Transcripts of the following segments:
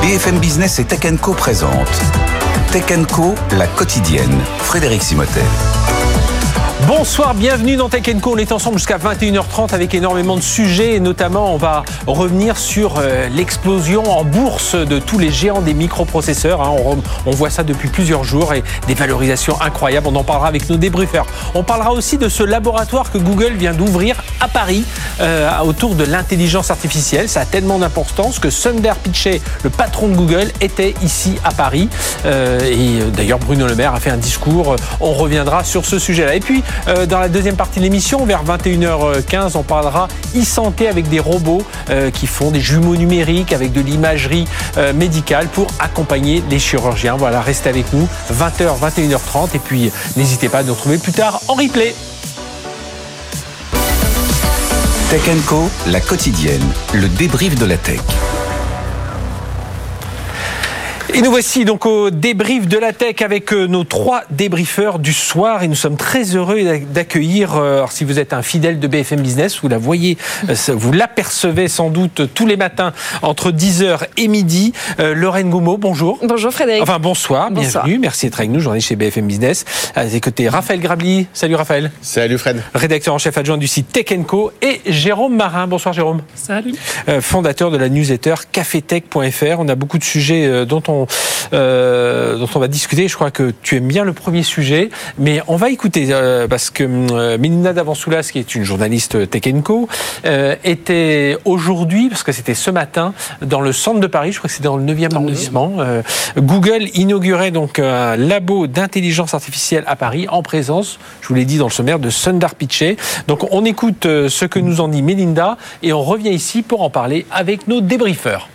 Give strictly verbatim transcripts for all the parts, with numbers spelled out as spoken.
B F M Business et Tech and Co présente Tech and Co, la quotidienne. Frédéric Simotel. Bonsoir, bienvenue dans Tech and Co. On est ensemble jusqu'à vingt et une heures trente avec énormément de sujets et notamment on va revenir sur euh, l'explosion en bourse de tous les géants des microprocesseurs. Hein. On, on voit ça depuis plusieurs jours et des valorisations incroyables. On en parlera avec nos débriefers. On parlera aussi de ce laboratoire que Google vient d'ouvrir à Paris euh, autour de l'intelligence artificielle. Ça a tellement d'importance que Sundar Pichai, le patron de Google, était ici à Paris. Euh, et d'ailleurs Bruno Le Maire a fait un discours. On reviendra sur ce sujet-là. Et puis Euh, dans la deuxième partie de l'émission, vers vingt et une heures quinze, on parlera e-santé avec des robots euh, qui font des jumeaux numériques avec de l'imagerie euh, médicale pour accompagner les chirurgiens. Voilà, restez avec nous, vingt heures, vingt et une heures trente. Et puis, n'hésitez pas à nous retrouver plus tard en replay. Tech and Co, la quotidienne, le débrief de la tech. Et nous voici donc au débrief de la tech avec nos trois débriefeurs du soir et nous sommes très heureux d'accueillir, alors si vous êtes un fidèle de B F M Business, vous la voyez, vous l'apercevez sans doute tous les matins entre dix heures et midi, euh, Lorraine Goumeau, bonjour. Bonjour Frédéric. Enfin bonsoir, bonsoir. Bienvenue, merci d'être avec nous, journaliste chez B F M Business. À vos côtés, Raphaël Grabli, salut Raphaël. Salut Fred. Rédacteur en chef adjoint du site Tech and Co et Jérôme Marin, bonsoir Jérôme. Salut. Euh, fondateur de la newsletter café tech point f r. On a beaucoup de sujets euh, dont on Euh, dont on va discuter. Je crois que tu aimes bien le premier sujet, mais on va écouter euh, parce que euh, Melinda Davansoulas, qui est une journaliste Tech and Co, euh, était aujourd'hui, parce que c'était ce matin, dans le centre de Paris, je crois que c'était dans le neuvième arrondissement. Euh, Google inaugurait donc un labo d'intelligence artificielle à Paris en présence, je vous l'ai dit dans le sommaire, de Sundar Pichai. Donc on écoute euh, ce que nous en dit Melinda et on revient ici pour en parler avec nos débriefeurs.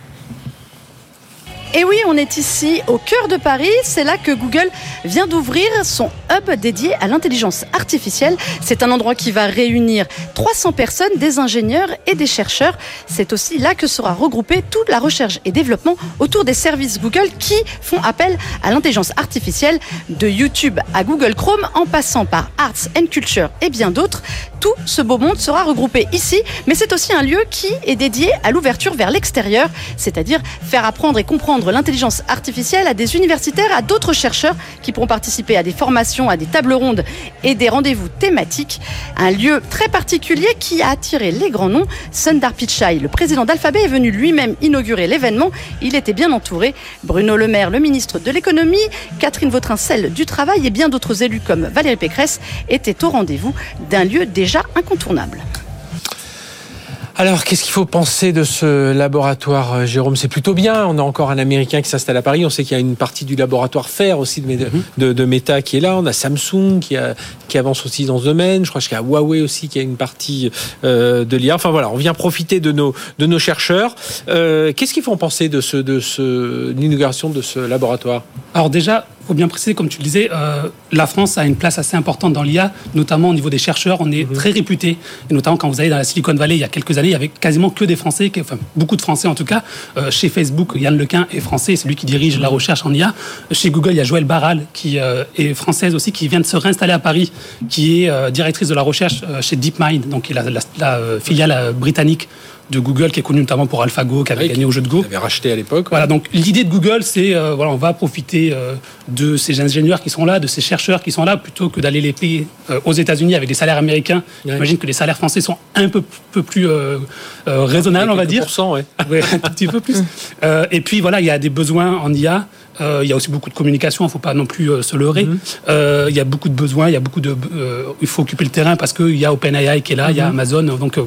Et oui, on est ici au cœur de Paris. C'est là que Google vient d'ouvrir son hub dédié à l'intelligence artificielle. C'est un endroit qui va réunir trois cents personnes, des ingénieurs et des chercheurs. C'est aussi là que sera regroupée toute la recherche et développement autour des services Google qui font appel à l'intelligence artificielle, de YouTube à Google Chrome, en passant par Arts and Culture et bien d'autres. Tout ce beau monde sera regroupé ici, mais c'est aussi un lieu qui est dédié à l'ouverture vers l'extérieur, c'est-à-dire faire apprendre et comprendre l'intelligence artificielle à des universitaires, à d'autres chercheurs qui pourront participer à des formations, à des tables rondes et des rendez-vous thématiques. Un lieu très particulier qui a attiré les grands noms. Sundar Pichai, le président d'Alphabet, est venu lui-même inaugurer l'événement. Il était bien entouré. Bruno Le Maire, le ministre de l'économie, Catherine Vautrin, celle du travail et bien d'autres élus comme Valérie Pécresse étaient au rendez-vous d'un lieu déjà incontournable. Alors, qu'est-ce qu'il faut penser de ce laboratoire, Jérôme ? C'est plutôt bien. On a encore un Américain qui s'installe à Paris. On sait qu'il y a une partie du laboratoire Fer aussi de, de, de, de Meta qui est là. On a Samsung qui, a, qui avance aussi dans ce domaine. Je crois qu'il y a Huawei aussi qui a une partie euh, de l'I A. Enfin voilà, on vient profiter de nos, de nos chercheurs. Euh, qu'est-ce qu'il faut en penser de, ce, de ce, l'inauguration de ce laboratoire ? Alors déjà, il faut bien préciser, comme tu le disais, euh, la France a une place assez importante dans l'I A, notamment au niveau des chercheurs. On est mmh. très réputé, et notamment quand vous allez dans la Silicon Valley il y a quelques années, il y avait quasiment que des Français, enfin beaucoup de Français en tout cas. Euh, chez Facebook, Yann Lequin est français, c'est lui qui dirige mmh. la recherche en I A. Chez Google, il y a Joëlle Barral, qui euh, est française aussi, qui vient de se réinstaller à Paris, qui est euh, directrice de la recherche euh, chez DeepMind, donc la, la, la euh, filiale euh, britannique de Google, qui est connu notamment pour AlphaGo, qui avait oui, gagné au jeu de Go. Qui avait racheté à l'époque. Voilà, donc l'idée de Google, c'est euh, voilà, on va profiter euh, de ces ingénieurs qui sont là, de ces chercheurs qui sont là, plutôt que d'aller les payer euh, aux États-Unis avec des salaires américains. Oui. J'imagine que les salaires français sont un peu, peu plus euh, euh, raisonnables, on va dire. Ouais. Ouais, un tout petit peu plus. euh, et puis voilà, il y a des besoins en I A. Euh, il y a aussi beaucoup de communication, il ne faut pas non plus euh, se leurrer. Mm-hmm. Euh, il y a beaucoup de besoins, il y a beaucoup de, euh, il faut occuper le terrain parce qu'il y a OpenAI qui est là, il mm-hmm. y a Amazon, donc. Euh,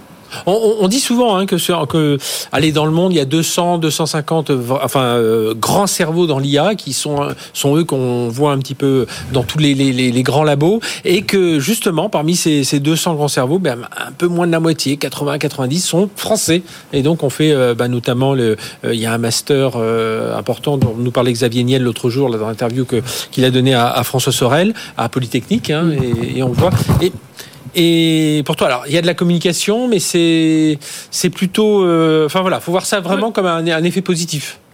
On, on dit souvent hein, que, sur, que allez, dans le monde, il y a deux cents, deux cent cinquante enfin, euh, grands cerveaux dans l'I A qui sont, sont eux qu'on voit un petit peu dans tous les, les, les grands labos et que justement, parmi ces, ces deux cents grands cerveaux, ben, un peu moins de la moitié, quatre-vingts à quatre-vingt-dix, sont français. Et donc, on fait euh, ben, notamment, le, euh, il y a un master euh, important dont nous parlait Xavier Niel l'autre jour là, dans l'interview que, qu'il a donné à, à François Sorel, à Polytechnique, hein, et, et on voit... Et, Et pour toi, alors il y a de la communication, mais c'est c'est plutôt, euh, enfin voilà, faut voir ça vraiment comme un, un effet positif.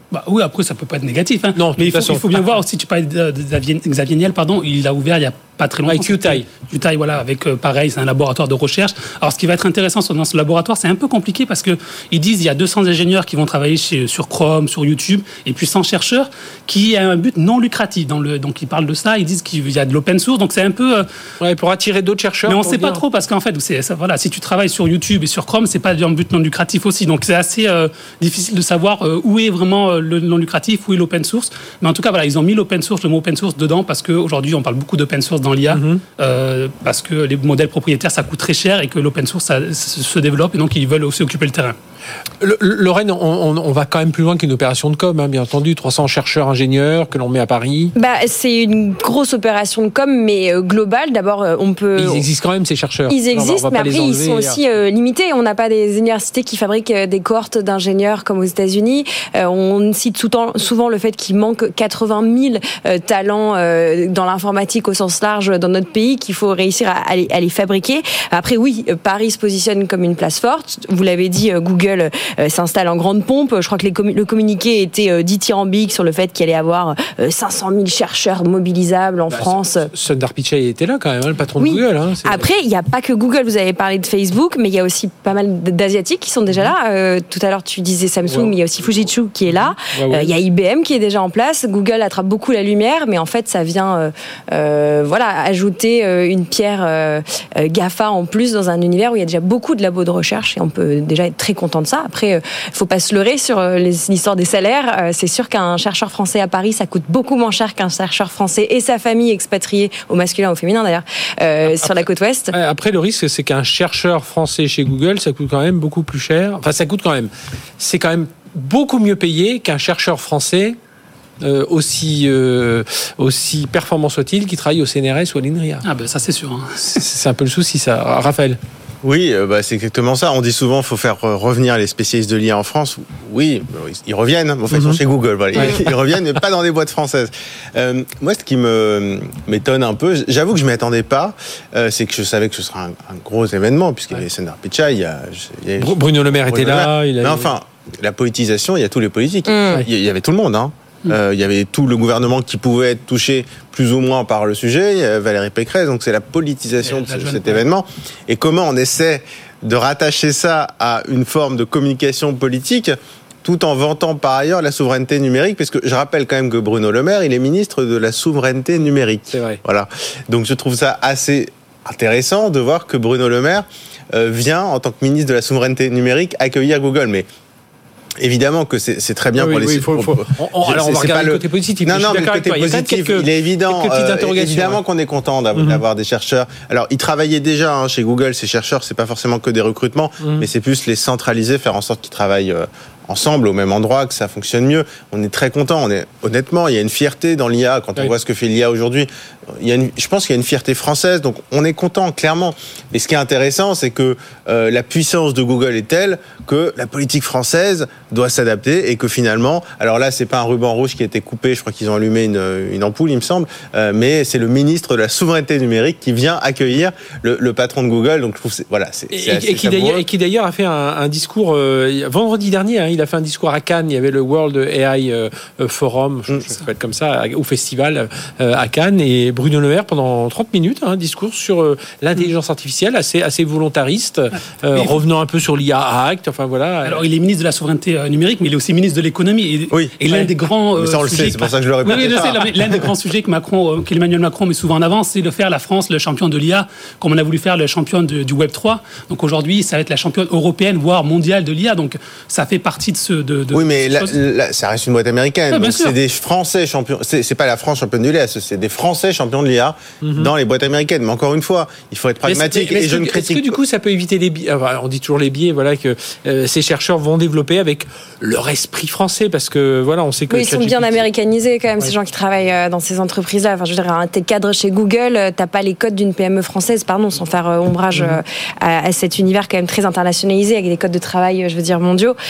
Bah oui, après ça peut pas être négatif. Hein. Non, mais il faut, façon. il faut bien voir aussi. Tu parlais de, de Xavier, Xavier Niel, pardon. Il a ouvert il y a pas très longtemps. Avec QTI. QTI, voilà, avec euh, pareil, c'est un laboratoire de recherche. Alors, ce qui va être intéressant dans ce laboratoire, c'est un peu compliqué parce que ils disent il y a deux cents ingénieurs qui vont travailler chez, sur Chrome, sur YouTube, et puis cent chercheurs qui a un but non lucratif. Dans le, donc ils parlent de ça, ils disent qu'il y a de l'open source, donc c'est un peu euh, ouais, pour attirer d'autres chercheurs. Mais on ne sait dire... pas trop parce qu'en fait, c'est, ça, voilà, si tu travailles sur YouTube et sur Chrome, c'est pas un but non lucratif aussi. Donc c'est assez euh, difficile de savoir euh, où est vraiment euh, le non lucratif, où est l'open source. Mais en tout cas, voilà, ils ont mis l'open source, le mot open source dedans parce qu'aujourd'hui, on parle beaucoup d'open source dans l'I A, mm-hmm. euh, parce que les modèles propriétaires, ça coûte très cher et que l'open source, ça, ça se développe et donc ils veulent aussi occuper le terrain. Le, Lorraine, on, on, on va quand même plus loin qu'une opération de com, hein, bien entendu. trois cents chercheurs ingénieurs que l'on met à Paris. Bah, c'est une grosse opération de com, mais euh, globale. D'abord, euh, on peut. Ils existent quand même, ces chercheurs. Ils existent, mais après, ils sont aussi euh, limités. On n'a pas des universités qui fabriquent euh, des cohortes d'ingénieurs comme aux États-Unis. Euh, on cite souvent le fait qu'il manque quatre-vingt mille euh, talents euh, dans l'informatique au sens large dans notre pays, qu'il faut réussir à, à, les, à les fabriquer. Après, oui, Paris se positionne comme une place forte. Vous l'avez dit, euh, Google Euh, s'installe en grande pompe. Je crois que les commu- le communiqué était euh, dithyrambique sur le fait qu'il allait y avoir euh, cinq cent mille chercheurs mobilisables en bah, France. Sundar Pichai était là quand même, hein, le patron oui. de Google. Hein, Après, il n'y a pas que Google. Vous avez parlé de Facebook, mais il y a aussi pas mal d'Asiatiques qui sont déjà là. Euh, tout à l'heure, tu disais Samsung, ouais. mais il y a aussi Fujitsu qui est là. Il ouais, ouais. euh, y a I B M qui est déjà en place. Google attrape beaucoup la lumière, mais en fait, ça vient euh, euh, voilà, ajouter euh, une pierre euh, euh, GAFA en plus dans un univers où il y a déjà beaucoup de labos de recherche et on peut déjà être très content de ça. Après, il euh, ne faut pas se leurrer sur euh, l'histoire des salaires. Euh, c'est sûr qu'un chercheur français à Paris, ça coûte beaucoup moins cher qu'un chercheur français et sa famille expatriée, au masculin ou au féminin d'ailleurs, euh, après, sur la côte ouest. Après, le risque, c'est qu'un chercheur français chez Google, ça coûte quand même beaucoup plus cher. Enfin, ça coûte quand même. C'est quand même beaucoup mieux payé qu'un chercheur français Euh, aussi, euh, aussi performant soit-il, qui travaille au C N R S ou à l'INRIA. Ah ben ça c'est sûr. Hein. C'est, c'est un peu le souci ça. Raphaël. Oui, euh, bah, c'est exactement ça. On dit souvent qu'il faut faire revenir les spécialistes de l'I A en France. Oui, ils reviennent. En fait, ils sont chez Google. Voilà. Ouais. Ils, ils reviennent, mais pas dans des boîtes françaises. Euh, moi, ce qui me m'étonne un peu, j'avoue que je ne m'y attendais pas, euh, c'est que je savais que ce serait un, un gros événement, puisqu'il y avait Sundar Pichai, il y a, il y a Bruno Le Maire Bruno était là. Il a... Mais enfin, la politisation, il y a tous les politiques. Mmh. Il y avait tout le monde, hein. Euh, il y avait tout le gouvernement qui pouvait être touché plus ou moins par le sujet, il y avait Valérie Pécresse, donc c'est la politisation de ce, cet événement. Et comment on essaie de rattacher ça à une forme de communication politique tout en vantant par ailleurs la souveraineté numérique, parce que je rappelle quand même que Bruno Le Maire, il est ministre de la souveraineté numérique. C'est vrai. Voilà. Donc je trouve ça assez intéressant de voir que Bruno Le Maire euh, vient, en tant que ministre de la souveraineté numérique, accueillir Google. Mais évidemment que c'est, c'est très bien oui, pour oui, les... Faut, faut, on, on, alors on va regarder le côté positif. Non, non, mais le côté positif, il, il est évident. Euh, évidemment ouais. qu'on est content d'avoir, mm-hmm. d'avoir des chercheurs. Alors, ils travaillaient déjà hein, chez Google, ces chercheurs, c'est pas forcément que des recrutements, mm-hmm. mais c'est plus les centraliser, faire en sorte qu'ils travaillent euh, ensemble au même endroit, que ça fonctionne mieux. On est très content. On est honnêtement, il y a une fierté dans l'I A quand on oui. voit ce que fait l'I A aujourd'hui. Il y a une, je pense qu'il y a une fierté française, donc on est content clairement. Et ce qui est intéressant, c'est que euh, la puissance de Google est telle que la politique française doit s'adapter et que finalement, alors là, c'est pas un ruban rouge qui a été coupé. Je crois qu'ils ont allumé une, une ampoule, il me semble, euh, mais c'est le ministre de la souveraineté numérique qui vient accueillir le, le patron de Google. Donc je trouve, c'est, voilà, c'est, c'est et, et, qui d'ailleurs, et qui d'ailleurs a fait un, un discours euh, vendredi dernier. Hein, il a fait un discours à Cannes. Il y avait le World A I euh, Forum, je, mmh. je sais comme ça, au festival euh, à Cannes, et Bruno Le Maire pendant trente minutes, un hein, discours sur euh, l'intelligence artificielle assez assez volontariste, euh, revenant un peu sur l'I A Act. Enfin voilà. Alors il est ministre de la souveraineté euh, numérique, mais il est aussi ministre de l'économie. Et, oui. et l'un ouais. des grands euh, mais ça on le sujets sait, c'est pour ça que je le répète. Oui, oui, je sais, l'un des grands sujets que Macron, euh, qu'Emmanuel Macron met souvent en avant, c'est de faire la France le champion de l'I A, comme on a voulu faire le champion de, du Web trois. Donc aujourd'hui, ça va être la championne européenne, voire mondiale de l'I A. Donc ça fait partie de ce. De, de oui, mais là, là, ça reste une boîte américaine. Ouais, donc c'est des Français champions. C'est, c'est pas la France championne de l'I A, c'est des Français champions de l'I A mm-hmm. dans les boîtes américaines. Mais encore une fois, il faut être pragmatique. Mais est-ce, et je que, ne critique... est-ce que du coup, ça peut éviter les biais? On dit toujours les biais, voilà, que euh, ces chercheurs vont développer avec leur esprit français, parce que voilà, on sait que. Oui, ils sont bien américanisés quand même, ouais. ces gens qui travaillent dans ces entreprises-là. Enfin, je veux dire, t'es cadre chez Google, t'as pas les codes d'une P M E française, pardon, sans faire ombrage mm-hmm. à, à cet univers quand même très internationalisé avec des codes de travail, je veux dire, mondiaux. Puis surtout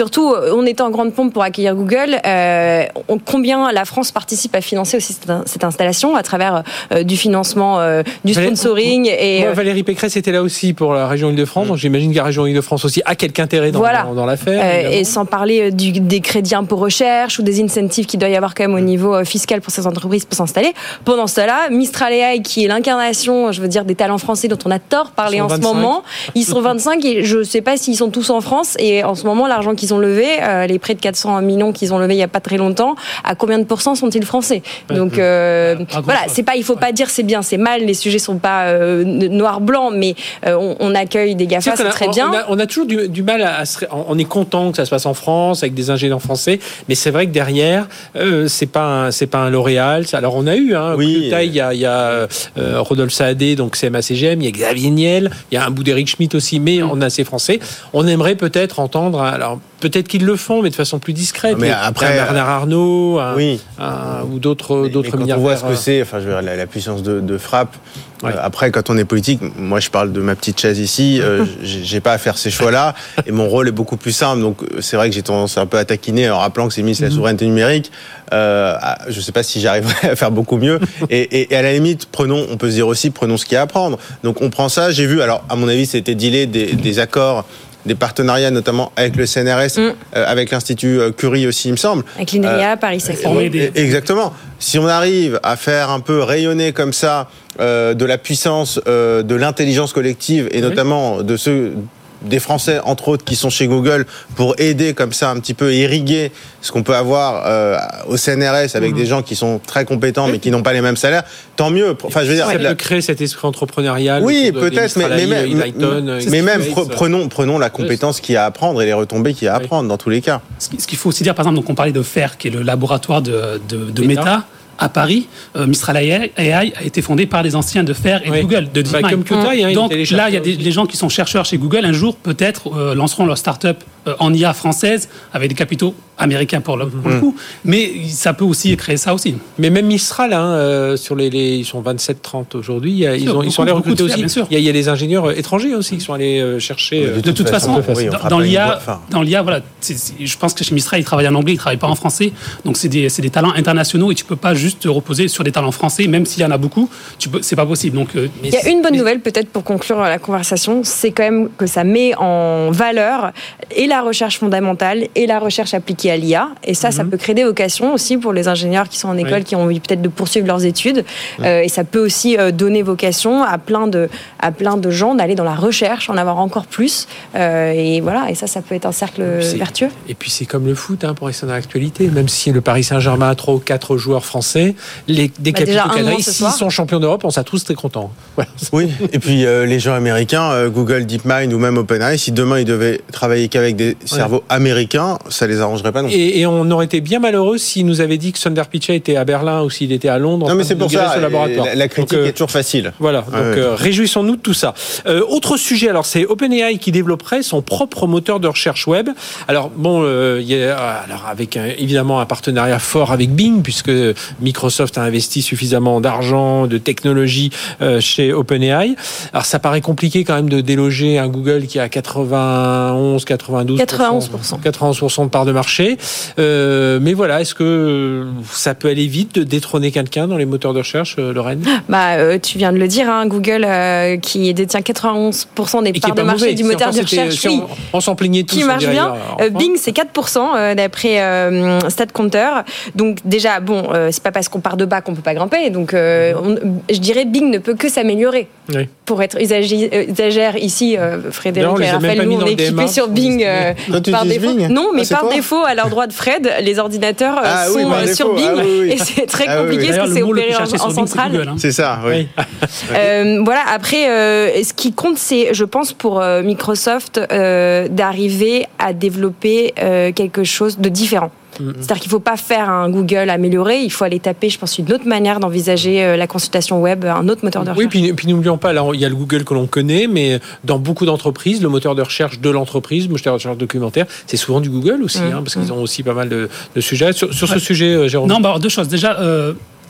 surtout, on était en grande pompe pour accueillir Google. Euh, on, combien la France participe à financer aussi cette, cette installation à travers euh, du financement, euh, du sponsoring. Et, Moi, Valérie Pécresse était là aussi pour la région Île-de-France, donc j'imagine que la région Île-de-France aussi a quelque intérêt dans, voilà. dans, dans l'affaire. Euh, et sans parler du, des crédits impôt recherche ou des incentives qu'il doit y avoir quand même au niveau fiscal pour ces entreprises pour s'installer. Pendant ce temps-là, Mistral A I, qui est l'incarnation, je veux dire, des talents français dont on a tort parler en ce moment, ils sont vingt-cinq et je ne sais pas s'ils sont tous en France. Et en ce moment, l'argent qu'ils ont levé, euh, les près de quatre cents millions qu'ils ont levé il n'y a pas très longtemps, à combien de pourcents sont-ils français? Donc euh, voilà, c'est pas, il faut pas dire c'est bien, c'est mal, les sujets sont pas euh, noir-blanc, mais euh, on, on accueille des GAFA, c'est, c'est très on, bien. On a, on a toujours du, du mal à, à se, on est content que ça se passe en France avec des ingénieurs français, mais c'est vrai que derrière, euh, c'est pas un, c'est pas un L'Oréal. Alors on a eu, hein, oui, il y a, il y a euh, Rodolphe Saadé, donc C M A C G M, il y a Xavier Niel, il y a un bout d'Éric Schmitt aussi, mais on a ces Français. On aimerait peut-être entendre, alors peut-être qu'ils le font, mais de façon plus discrète. Mais après, Bernard Arnault, un, oui. un, ou d'autres, d'autres quand milliardaires. On voit ce que c'est, enfin, je veux dire, la, la puissance de, de frappe. Ouais. Euh, après, quand on est politique, moi, je parle de ma petite chaise ici. Euh, j'ai pas à faire ces choix-là, et mon rôle est beaucoup plus simple. Donc, c'est vrai que j'ai tendance un peu à taquiner en rappelant que c'est ministre de la souveraineté numérique. Euh, je sais pas si j'arriverai à faire beaucoup mieux. Et, et, et à la limite, prenons, on peut se dire aussi, prenons ce qu'il y a à prendre. Donc, on prend ça. J'ai vu, alors, à mon avis, c'était dealé des, des accords, des partenariats, notamment avec le C N R S, mm. euh, avec l'Institut Curie aussi, il me semble. Avec l'INRIA, euh, Paris Saclay. Des... Exactement. Si on arrive à faire un peu rayonner comme ça euh, de la puissance, euh, de l'intelligence collective, et oui. notamment de ceux... des Français, entre autres, qui sont chez Google pour aider comme ça un petit peu irriguer ce qu'on peut avoir euh, au C N R S avec mmh. des gens qui sont très compétents mais qui n'ont pas les mêmes salaires, tant mieux. Enfin, je veux dire, ça la... peut créer cet esprit entrepreneurial. Oui, peut-être, mais, mais même, Lighton, mais même pre- prenons, prenons la compétence qu'il y a à apprendre et les retombées qu'il y a à apprendre oui. dans tous les cas. Ce qu'il faut aussi dire, par exemple, donc on parlait de F A I R, qui est le laboratoire de, de, de Meta. Meta. À Paris, euh, Mistral A I a été fondé par des anciens de F A I R et oui. de Google, de DeepMind. Bah, comme Kyotai, hein, donc là, il y a des les gens qui sont chercheurs chez Google, un jour peut-être euh, lanceront leur start-up euh, en I A française avec des capitaux américains pour le, pour mmh. le coup. Mais ça peut aussi créer ça aussi. Mais même Mistral, hein, euh, sur les, les, ils sont vingt-sept trente aujourd'hui, il y a, ils, ont, ils sont allés recruter aussi. Il y, a, il y a des ingénieurs étrangers aussi qui sont allés euh, chercher. Euh, de, de toute façon, façon oui, dans, dans l'I A, dans l'I A, voilà, c'est, c'est, je pense que chez Mistral, ils travaillent en anglais, ils ne travaillent pas en français. Donc c'est des, c'est des talents internationaux et tu ne peux pas juste te reposer sur des talents français, même s'il y en a beaucoup, tu peux, c'est pas possible. Donc, euh, il y a une bonne nouvelle peut-être pour conclure la conversation, c'est quand même que ça met en valeur et la recherche fondamentale et la recherche appliquée à l'I A. Et ça, mm-hmm. ça peut créer des vocations aussi pour les ingénieurs qui sont en école, oui. qui ont envie peut-être de poursuivre leurs études. Mm. Euh, et ça peut aussi euh, donner vocation à plein de à plein de gens d'aller dans la recherche, en avoir encore plus. Euh, et voilà. Et ça, ça peut être un cercle c'est, vertueux. Et puis c'est comme le foot, hein, pour rester dans l'actualité. Même si le Paris Saint-Germain a trois ou quatre joueurs français, les des bah capitaux canadiens, s'ils sont champions d'Europe, on sera tous très contents. Voilà. Oui, et puis euh, les gens américains, euh, Google, DeepMind ou même OpenAI, si demain ils devaient travailler qu'avec des cerveaux ouais. américains, ça les arrangerait pas non plus. Et, et on aurait été bien malheureux s'ils nous avaient dit que Sundar Pichai était à Berlin ou s'il était à Londres. Non, mais c'est pour ça, laboratoire. La, la critique donc, euh, est toujours facile. Voilà, donc ouais. euh, réjouissons-nous de tout ça. Euh, autre sujet, alors c'est OpenAI qui développerait son propre moteur de recherche web. Alors bon, euh, y a, alors avec un, évidemment un partenariat fort avec Bing, puisque Microsoft a investi suffisamment d'argent, de technologie euh, chez OpenAI. Alors ça paraît compliqué quand même de déloger un Google qui a quatre-vingt-onze, quatre-vingt-douze pour cent, quatre-vingt-onze pour cent. quatre-vingt-onze pour cent de part de marché. Euh, mais voilà, est-ce que ça peut aller vite de détrôner quelqu'un dans les moteurs de recherche, euh, Lorraine ? Bah, euh, tu viens de le dire, hein, Google euh, qui détient quatre-vingt-onze pour cent des parts de marché mauvais. Du moteur de recherche, si oui, on, on s'en plaignait tous. Qui marche bien. Euh, Bing, c'est quatre pour cent euh, d'après euh, StatCounter. Donc déjà, bon, euh, c'est pas parce qu'on part de bas qu'on peut pas grimper. Donc, euh, on, je dirais, Bing ne peut que s'améliorer. Oui. Pour être usagère ici, euh, Frédéric et Raphaël, nous on est équipés sur Bing euh, par défaut. Bing non, mais ah, par quoi défaut, à leur droit de Fred, les ordinateurs ah, sont oui, sur Bing ah, oui, oui. et c'est très ah, compliqué oui, oui. parce que c'est opéré en, en centrale. Google, hein. C'est ça, oui. euh, voilà. Après, euh, ce qui compte, c'est, je pense, pour euh, Microsoft, euh, d'arriver à développer euh, quelque chose de différent. C'est-à-dire qu'il ne faut pas faire un Google amélioré, il faut aller taper, je pense, une autre manière d'envisager la consultation web, un autre moteur de recherche. Oui, puis, puis n'oublions pas, là, il y a le Google que l'on connaît, mais dans beaucoup d'entreprises, le moteur de recherche de l'entreprise, le moteur de recherche documentaire, c'est souvent du Google aussi, mmh. hein, parce mmh. qu'ils ont aussi pas mal de, de sujets. Sur, sur ouais. ce sujet, Jérôme ? Non, bah, alors, deux choses. Déjà, euh,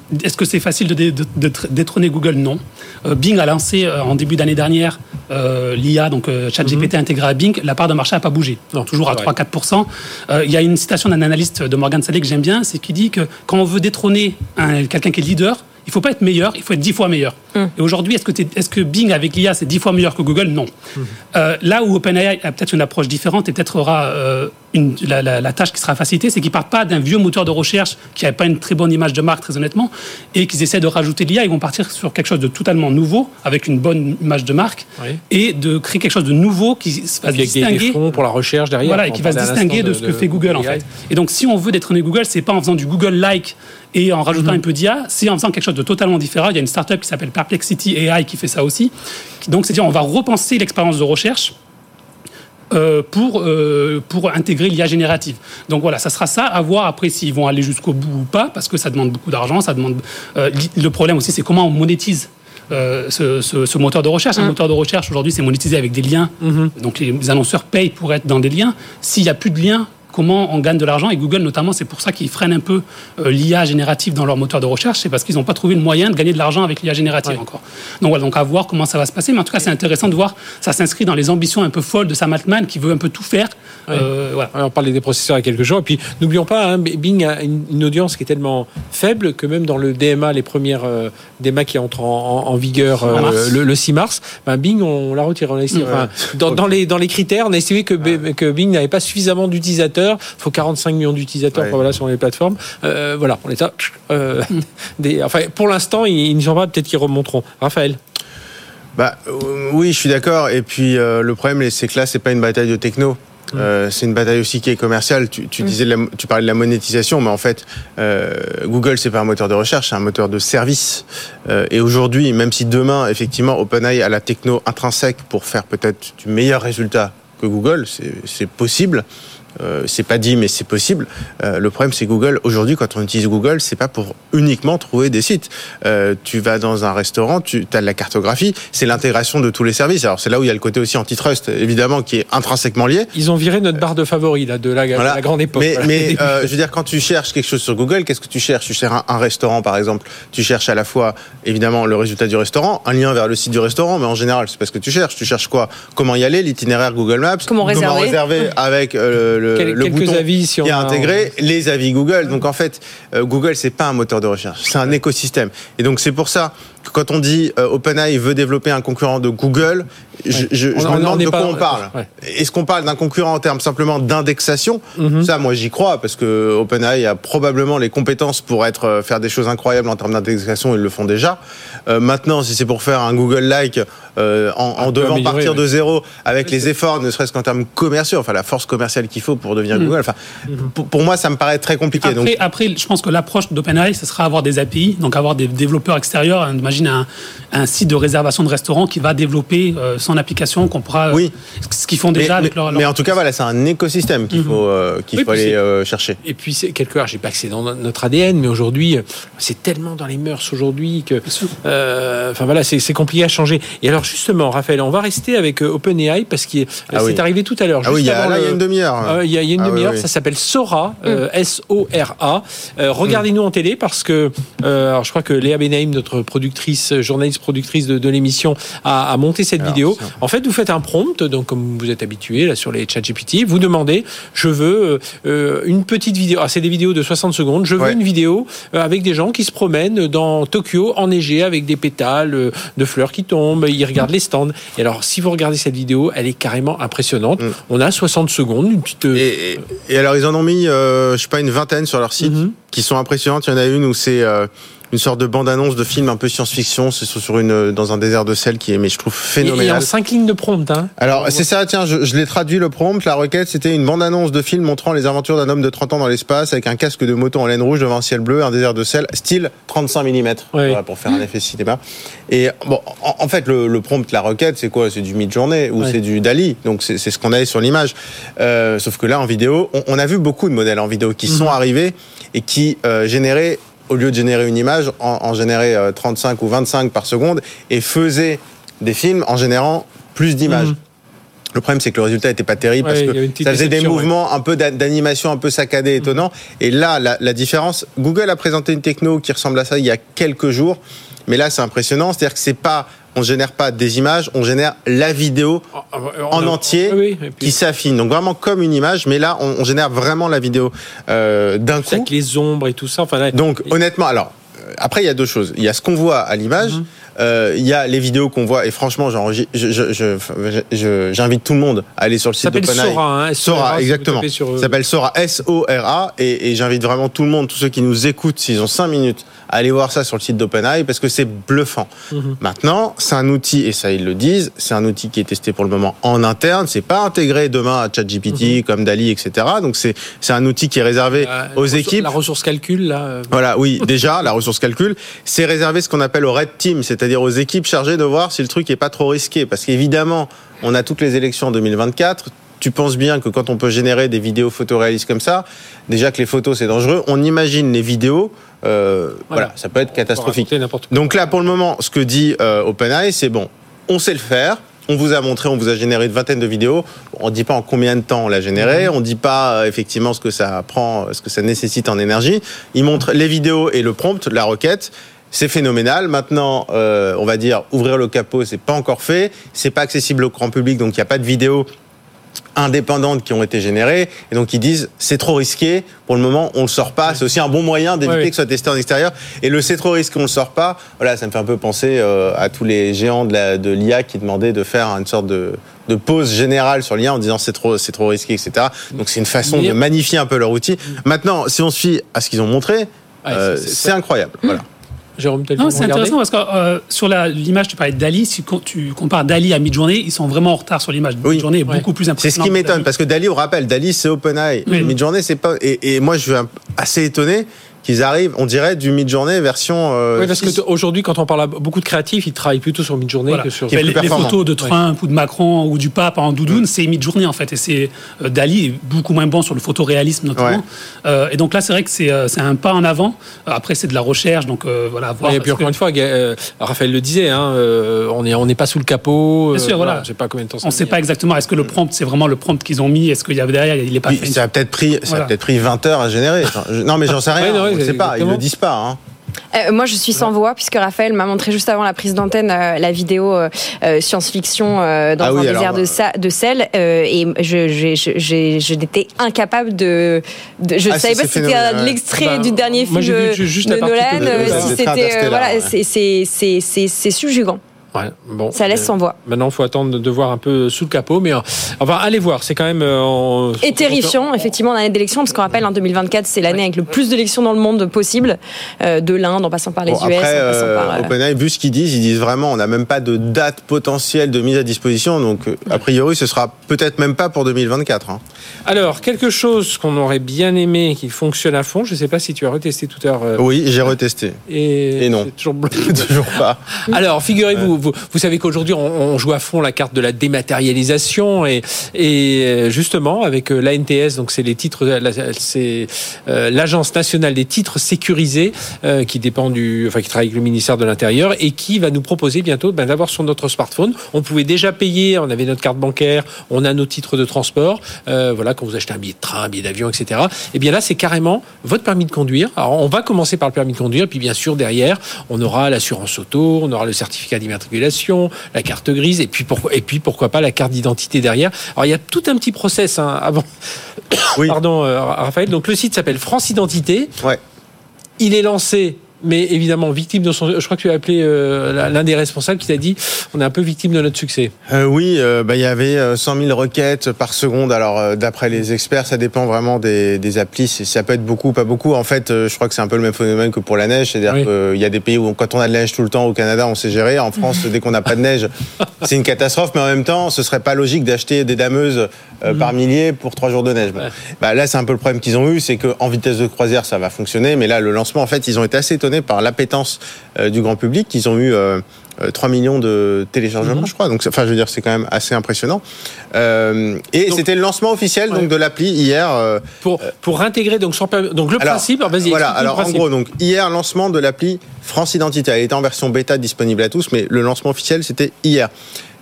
est-ce que c'est facile de, de, de détrôner Google? Non. Euh, Bing a lancé euh, en début d'année dernière euh, l'I A, donc euh, ChatGPT mm-hmm. intégré à Bing. La part de marché n'a pas bougé, non, toujours à trois à quatre pour cent. Il euh, y a une citation d'un analyste de Morgan Stanley que j'aime bien, c'est qu'il dit que quand on veut détrôner un, quelqu'un qui est leader, il ne faut pas être meilleur, il faut être dix fois meilleur. Mm. Et aujourd'hui, est-ce que, est-ce que Bing, avec l'I A, c'est dix fois meilleur que Google? Non. Mm. Euh, là où OpenAI a peut-être une approche différente et peut-être aura euh, une, la, la, la tâche qui sera facilitée, c'est qu'ils ne partent pas d'un vieux moteur de recherche qui n'avait pas une très bonne image de marque, très honnêtement, et qu'ils essaient de rajouter l'I A. Ils vont partir sur quelque chose de totalement nouveau, avec une bonne image de marque, oui. et de créer quelque chose de nouveau qui va se distinguer. Avec des fonds pour la recherche derrière. Voilà, et qui va se distinguer de, de ce que de, fait Google, en fait. Et donc, si on veut détrôner Google, ce n'est pas en faisant du Google-like et en rajoutant mm-hmm. un peu d'I A, c'est en faisant quelque chose de totalement différent. Il y a une startup qui s'appelle Perplexity A I qui fait ça aussi. Donc, c'est-à-dire, on va repenser l'expérience de recherche euh, pour, euh, pour intégrer l'I A générative. Donc, voilà, ça sera ça. À voir après s'ils vont aller jusqu'au bout ou pas, parce que ça demande beaucoup d'argent. Ça demande, euh, le problème aussi, c'est comment on monétise Euh, ce, ce, ce moteur de recherche. Mmh. Un moteur de recherche, aujourd'hui, c'est monétisé avec des liens. Mmh. Donc, les, les annonceurs payent pour être dans des liens. S'il n'y a plus de liens, comment on gagne de l'argent? Et Google, notamment, c'est pour ça qu'ils freinent un peu euh, l'I A générative dans leur moteur de recherche. C'est parce qu'ils n'ont pas trouvé le moyen de gagner de l'argent avec l'I A générative ouais. encore. Donc, voilà, donc à voir comment ça va se passer. Mais en tout cas, c'est intéressant de voir. Ça s'inscrit dans les ambitions un peu folles de Sam Altman qui veut un peu tout faire. Ouais. Euh, voilà. ouais, on parlait des processeurs il y a quelques jours. Et puis, n'oublions pas, hein, Bing a une, une audience qui est tellement faible que même dans le D M A, les premières euh, D M A qui entrent en, en, en vigueur euh, le, le six mars, ben Bing, on l'a retiré. On a estimé, ouais. enfin, dans, dans, les, dans les critères, on a estimé que, ouais. que Bing n'avait pas suffisamment d'utilisateurs. Il faut quarante-cinq millions d'utilisateurs ouais. voilà, sur les plateformes. Euh, voilà, on est à, euh, des, enfin, pour l'instant, ils, ils ne sont pas, peut-être qu'ils remonteront. Raphaël? Bah, euh, oui, je suis d'accord. Et puis, euh, le problème, c'est que là, c'est pas une bataille de techno. Mmh. Euh, c'est une bataille aussi qui est commerciale. Tu, tu mmh. disais, la, tu parlais de la monétisation, mais en fait, euh, Google, c'est pas un moteur de recherche, c'est un moteur de service. Euh, et aujourd'hui, même si demain, effectivement, OpenAI a la techno intrinsèque pour faire peut-être du meilleur résultat que Google, c'est, c'est possible. Euh, c'est pas dit, mais c'est possible. Euh, le problème, c'est Google. Aujourd'hui, quand on utilise Google, c'est pas pour uniquement trouver des sites. Euh, tu vas dans un restaurant, tu as de la cartographie, c'est l'intégration de tous les services. Alors, c'est là où il y a le côté aussi antitrust, évidemment, qui est intrinsèquement lié. Ils ont viré notre barre de favoris, là, de la, voilà. de la grande époque. Mais, voilà. mais euh, je veux dire, quand tu cherches quelque chose sur Google, qu'est-ce que tu cherches? Tu cherches un, un restaurant, par exemple. Tu cherches à la fois, évidemment, le résultat du restaurant, un lien vers le site du restaurant, mais en général, c'est pas ce que tu cherches. Tu cherches quoi? Comment y aller? L'itinéraire Google Maps. Comment réserver, comment réserver avec euh, le, Quel, le bouton avis, si on qui a a intégré les avis Google. Donc en fait, euh, Google, c'est pas un moteur de recherche, c'est un écosystème. Et donc c'est pour ça que quand on dit euh, OpenAI veut développer un concurrent de Google, je, ouais. je, je on, me demande de quoi pas, on parle. Ouais. Est-ce qu'on parle d'un concurrent en termes simplement d'indexation? mm-hmm. Ça, moi, j'y crois, parce que OpenAI a probablement les compétences pour être, euh, faire des choses incroyables en termes d'indexation, ils le font déjà. Euh, maintenant, si c'est pour faire un Google-like euh, en, en devant partir ouais. de zéro, avec les efforts, ne serait-ce qu'en termes commerciaux, enfin la force commerciale qu'il faut pour devenir mm. Google, enfin, mm-hmm. pour, pour moi, ça me paraît très compliqué. Après, donc... après, je pense que l'approche d'OpenAI, ce sera avoir des A P I, donc avoir des développeurs extérieurs. Imagine un, un site de réservation de restaurant qui va développer euh, son application, qu'on pourra, oui. euh, ce qu'ils font déjà mais, avec leur, leur... Mais en tout cas, voilà, c'est un écosystème qu'il mm-hmm. faut, euh, qu'il oui, faut aller euh, chercher. Et puis, c'est, quelque part, je ne sais pas que c'est dans notre A D N, mais aujourd'hui, c'est tellement dans les mœurs aujourd'hui que, euh, enfin voilà, c'est, c'est compliqué à changer. Et alors, justement, Raphaël, on va rester avec euh, OpenAI parce que ah c'est oui. arrivé tout à l'heure. Ah oui, il y a, là, il y a une demi-heure. Euh, il y a, il y a une ah demi-heure, oui, oui. Ça s'appelle Sora, euh, mm. S O R A. Euh, regardez-nous mm. en télé parce que, euh, alors je crois que Léa Benaïm, notre productrice, journaliste productrice de, de l'émission, a, a monté cette alors, vidéo. Ça. En fait, vous faites un prompt, donc comme vous êtes habitué là sur les ChatGPT, vous demandez, je veux euh, une petite vidéo. Ah, c'est des vidéos de soixante secondes. Je veux ouais. une vidéo euh, avec des gens qui se promènent dans Tokyo enneigé avec des pétales euh, de fleurs qui tombent. Ils regardent les stands. Et alors, si vous regardez cette vidéo, elle est carrément impressionnante. Mm. On a soixante secondes, une petite. Euh... Et, et, et alors, ils en ont mis, euh, je sais pas, une vingtaine sur leur site, mm-hmm. qui sont impressionnantes. Il y en a une où c'est euh, une sorte de bande-annonce de film un peu science-fiction. C'est sur une dans un désert de sel qui est, mais je trouve phénoménal. Et, et en cinq lignes de prompt, hein. Alors, c'est ça. Tiens, je, je l'ai traduit le prompt. La requête, c'était une bande-annonce de film montrant les aventures d'un homme de trente ans dans l'espace avec un casque de moto en laine rouge devant un ciel bleu, un désert de sel, style trente-cinq millimètres, oui. voilà, pour faire un effet cinéma. Et bon, en, en fait, le, le prompt, la requête, c'est quoi? C'est du Midjourney ou oui. c'est du Dali. Donc, c'est, c'est ce qu'on avait sur l'image. Euh, sauf que là, en vidéo, on, on a vu beaucoup de modèles en vidéo qui mmh. sont arrivés et qui euh, généraient, au lieu de générer une image, en, en générer euh, trente-cinq ou vingt-cinq par seconde et faisaient des films en générant plus d'images. Mmh. Le problème, c'est que le résultat n'était pas terrible ouais, parce que ça faisait des mouvements ouais. un peu d'animation un peu saccadés, étonnants. Mmh. Et là, la, la différence, Google a présenté une techno qui ressemble à ça il y a quelques jours, mais là, c'est impressionnant. C'est-à-dire que c'est pas, on génère pas des images, on génère la vidéo en a... entier oui, puis... qui s'affine. Donc vraiment comme une image, mais là, on, on génère vraiment la vidéo euh, d'un coup. Avec les ombres et tout ça. Enfin, là... Donc honnêtement, alors après, il y a deux choses. Il y a ce qu'on voit à l'image. Mmh. Euh, il y a les vidéos qu'on voit et franchement je, je, je, je, je, j'invite tout le monde à aller sur le site d'OpenAI. Ça s'appelle Sora, hein, Sora, exactement. Sur... Ça s'appelle Sora, S O R A et, et j'invite vraiment tout le monde, tous ceux qui nous écoutent, s'ils ont cinq minutes, à aller voir ça sur le site d'OpenAI parce que c'est bluffant. Mm-hmm. Maintenant, c'est un outil, et ça ils le disent, c'est un outil qui est testé pour le moment en interne, c'est pas intégré demain à ChatGPT mm-hmm. comme DALL-E, et cetera. Donc c'est, c'est un outil qui est réservé euh, aux la équipes. La ressource calcul, là. Euh... Voilà, oui, déjà, la ressource calcul, c'est réservé ce qu'on appelle au Red Team, c'est-à-dire aux équipes chargées de voir si le truc est pas trop risqué. Parce qu'évidemment, on a toutes les élections en deux mille vingt-quatre. Tu penses bien que quand on peut générer des vidéos photoréalistes comme ça, déjà que les photos c'est dangereux, on imagine les vidéos, euh, voilà. voilà, ça peut être catastrophique. Donc là, pour le moment, ce que dit euh, OpenAI, c'est bon, on sait le faire. On vous a montré, on vous a généré une vingtaine de vidéos. On ne dit pas en combien de temps on l'a généré. On ne dit pas euh, effectivement ce que ça prend, ce que ça nécessite en énergie. Il montre les vidéos et le prompt, la requête. C'est phénoménal. Maintenant, euh, on va dire ouvrir le capot, c'est pas encore fait. C'est pas accessible au grand public, donc il y a pas de vidéos indépendantes qui ont été générées. Et donc ils disent c'est trop risqué. Pour le moment, on le sort pas. C'est aussi un bon moyen d'éviter oui, oui. que ce soit testé en extérieur. Et le c'est trop risqué, on le sort pas. Voilà, ça me fait un peu penser euh, à tous les géants de, la, de l'I A qui demandaient de faire une sorte de de pause générale sur l'I A en disant c'est trop c'est trop risqué, et cetera. Donc c'est une façon Mais... de magnifier un peu leur outil. Maintenant, si on se fie à ce qu'ils ont montré, ouais, euh, c'est, c'est, c'est incroyable. Mmh. Voilà. Jérôme, non, c'est intéressant parce que euh, sur la, l'image, tu parlais de DALL-E. Si tu compares DALL-E à Midjourney, ils sont vraiment en retard sur l'image. Oui. Midjourney est ouais. beaucoup plus impressionnant. C'est ce qui m'étonne parce que DALL-E, on rappelle, DALL-E c'est OpenAI. Oui. Midjourney c'est pas. Et, et moi, je suis assez étonné qu'ils arrivent, on dirait, du Midjourney version. Euh, oui, parce qu'aujourd'hui, quand on parle à beaucoup de créatifs, ils travaillent plutôt sur Midjourney voilà. que sur. Les, les photos de Trump ouais. ou de Macron ou du pape en doudoune, ouais. c'est Midjourney en fait. Et c'est euh, DALL-E est beaucoup moins bon sur le photoréalisme notamment. Ouais. Euh, et donc là, c'est vrai que c'est, euh, c'est un pas en avant. Après, c'est de la recherche, donc euh, voilà. Voir et puis encore que... une fois, euh, Raphaël le disait, hein, euh, on n'est on n'est pas sous le capot. Bien sûr, euh, voilà. voilà. Je sais pas combien de temps. On ne sait pas exactement. Est-ce que le prompt, c'est vraiment le prompt qu'ils ont mis? Est-ce qu'il y avait derrière, il est pas oui, fait? Ça a peut-être pris, ça voilà. a peut-être pris vingt heures à générer. Non, mais j'en sais rien. On ne sait pas. Ils le disent pas. Hein. Euh, moi, je suis sans voix puisque Raphaël m'a montré juste avant la prise d'antenne euh, la vidéo euh, science-fiction euh, dans ah un oui, désert alors, de, sa- de sel euh, et je, je, je, je, je n'étais incapable de. de je ne ah, savais pas si c'était un, l'extrait bah, du dernier film vu, juste de Nolan, euh, si c'était euh, voilà, ouais. c'est, c'est, c'est, c'est, c'est subjugant. Ouais, bon, ça laisse euh, sans voix. Maintenant, il faut attendre de voir un peu sous le capot, mais euh, enfin, allez voir, c'est quand même. Euh, Et terrifiant, effectivement, l'année d'élection, parce qu'on rappelle, en deux mille vingt-quatre, c'est l'année ouais. avec le plus d'élections dans le monde possible, euh, de l'Inde, en passant par les bon, U S, après, en passant euh, par. Euh... OpenAI, vu ce qu'ils disent, ils disent vraiment, on n'a même pas de date potentielle de mise à disposition, donc euh, a priori, ce sera peut-être même pas pour deux mille vingt-quatre. Hein. Alors, quelque chose qu'on aurait bien aimé, qui fonctionne à fond. Je ne sais pas si tu as retesté tout à l'heure. Euh... Oui, j'ai retesté. Et, Et non, c'est toujours toujours pas. Alors, figurez-vous, ouais. vous, vous savez qu'aujourd'hui On, on joue à fond la carte de la dématérialisation et, et justement avec l'A N T S, donc c'est les titres, c'est euh, l'Agence nationale des titres sécurisés euh, qui dépend du, enfin qui travaille avec le ministère de l'Intérieur et qui va nous proposer bientôt ben, d'avoir sur notre smartphone. On pouvait déjà payer, on avait notre carte bancaire, on a nos titres de transport. Euh, voilà, quand vous achetez un billet de train, un billet d'avion, et cetera. Et bien là, c'est carrément votre permis de conduire. Alors on va commencer par le permis de conduire, puis bien sûr derrière, on aura l'assurance auto, on aura le certificat d'immatriculation, la carte grise, et puis, pourquoi, et puis pourquoi pas la carte d'identité derrière. Alors il y a tout un petit process hein, avant. Oui. Pardon, euh, Raphaël. Donc le site s'appelle France Identité. Ouais. Il est lancé. Mais évidemment, victime de son. Je crois que tu as appelé euh, l'un des responsables qui t'a dit on est un peu victime de notre succès. Euh, oui, euh, bah, il y avait cent mille requêtes par seconde. Alors, euh, d'après les experts, ça dépend vraiment des, des applis. Ça peut être beaucoup, pas beaucoup. En fait, euh, je crois que c'est un peu le même phénomène que pour la neige. C'est-à-dire oui. qu'il y a des pays où, quand on a de la neige tout le temps, au Canada, on sait gérer. En France, dès qu'on n'a pas de neige, c'est une catastrophe. Mais en même temps, ce serait pas logique d'acheter des dameuses euh, mmh. par milliers pour trois jours de neige. Bon. Ouais. Bah, là, c'est un peu le problème qu'ils ont eu. C'est qu'en vitesse de croisière, ça va fonctionner. Mais là, le lancement, en fait, ils ont été assez étonnés par l'appétence euh, du grand public. Ils ont eu euh, trois millions de téléchargements, mmh. je crois. Donc, enfin, je veux dire, c'est quand même assez impressionnant. Euh, et donc, c'était le lancement officiel ouais. donc de l'appli hier. Euh, pour pour intégrer donc sur, donc le alors, principe. Vas-y. Voilà. Alors en gros, donc hier lancement de l'appli France Identité. Elle était en version bêta disponible à tous, mais le lancement officiel c'était hier.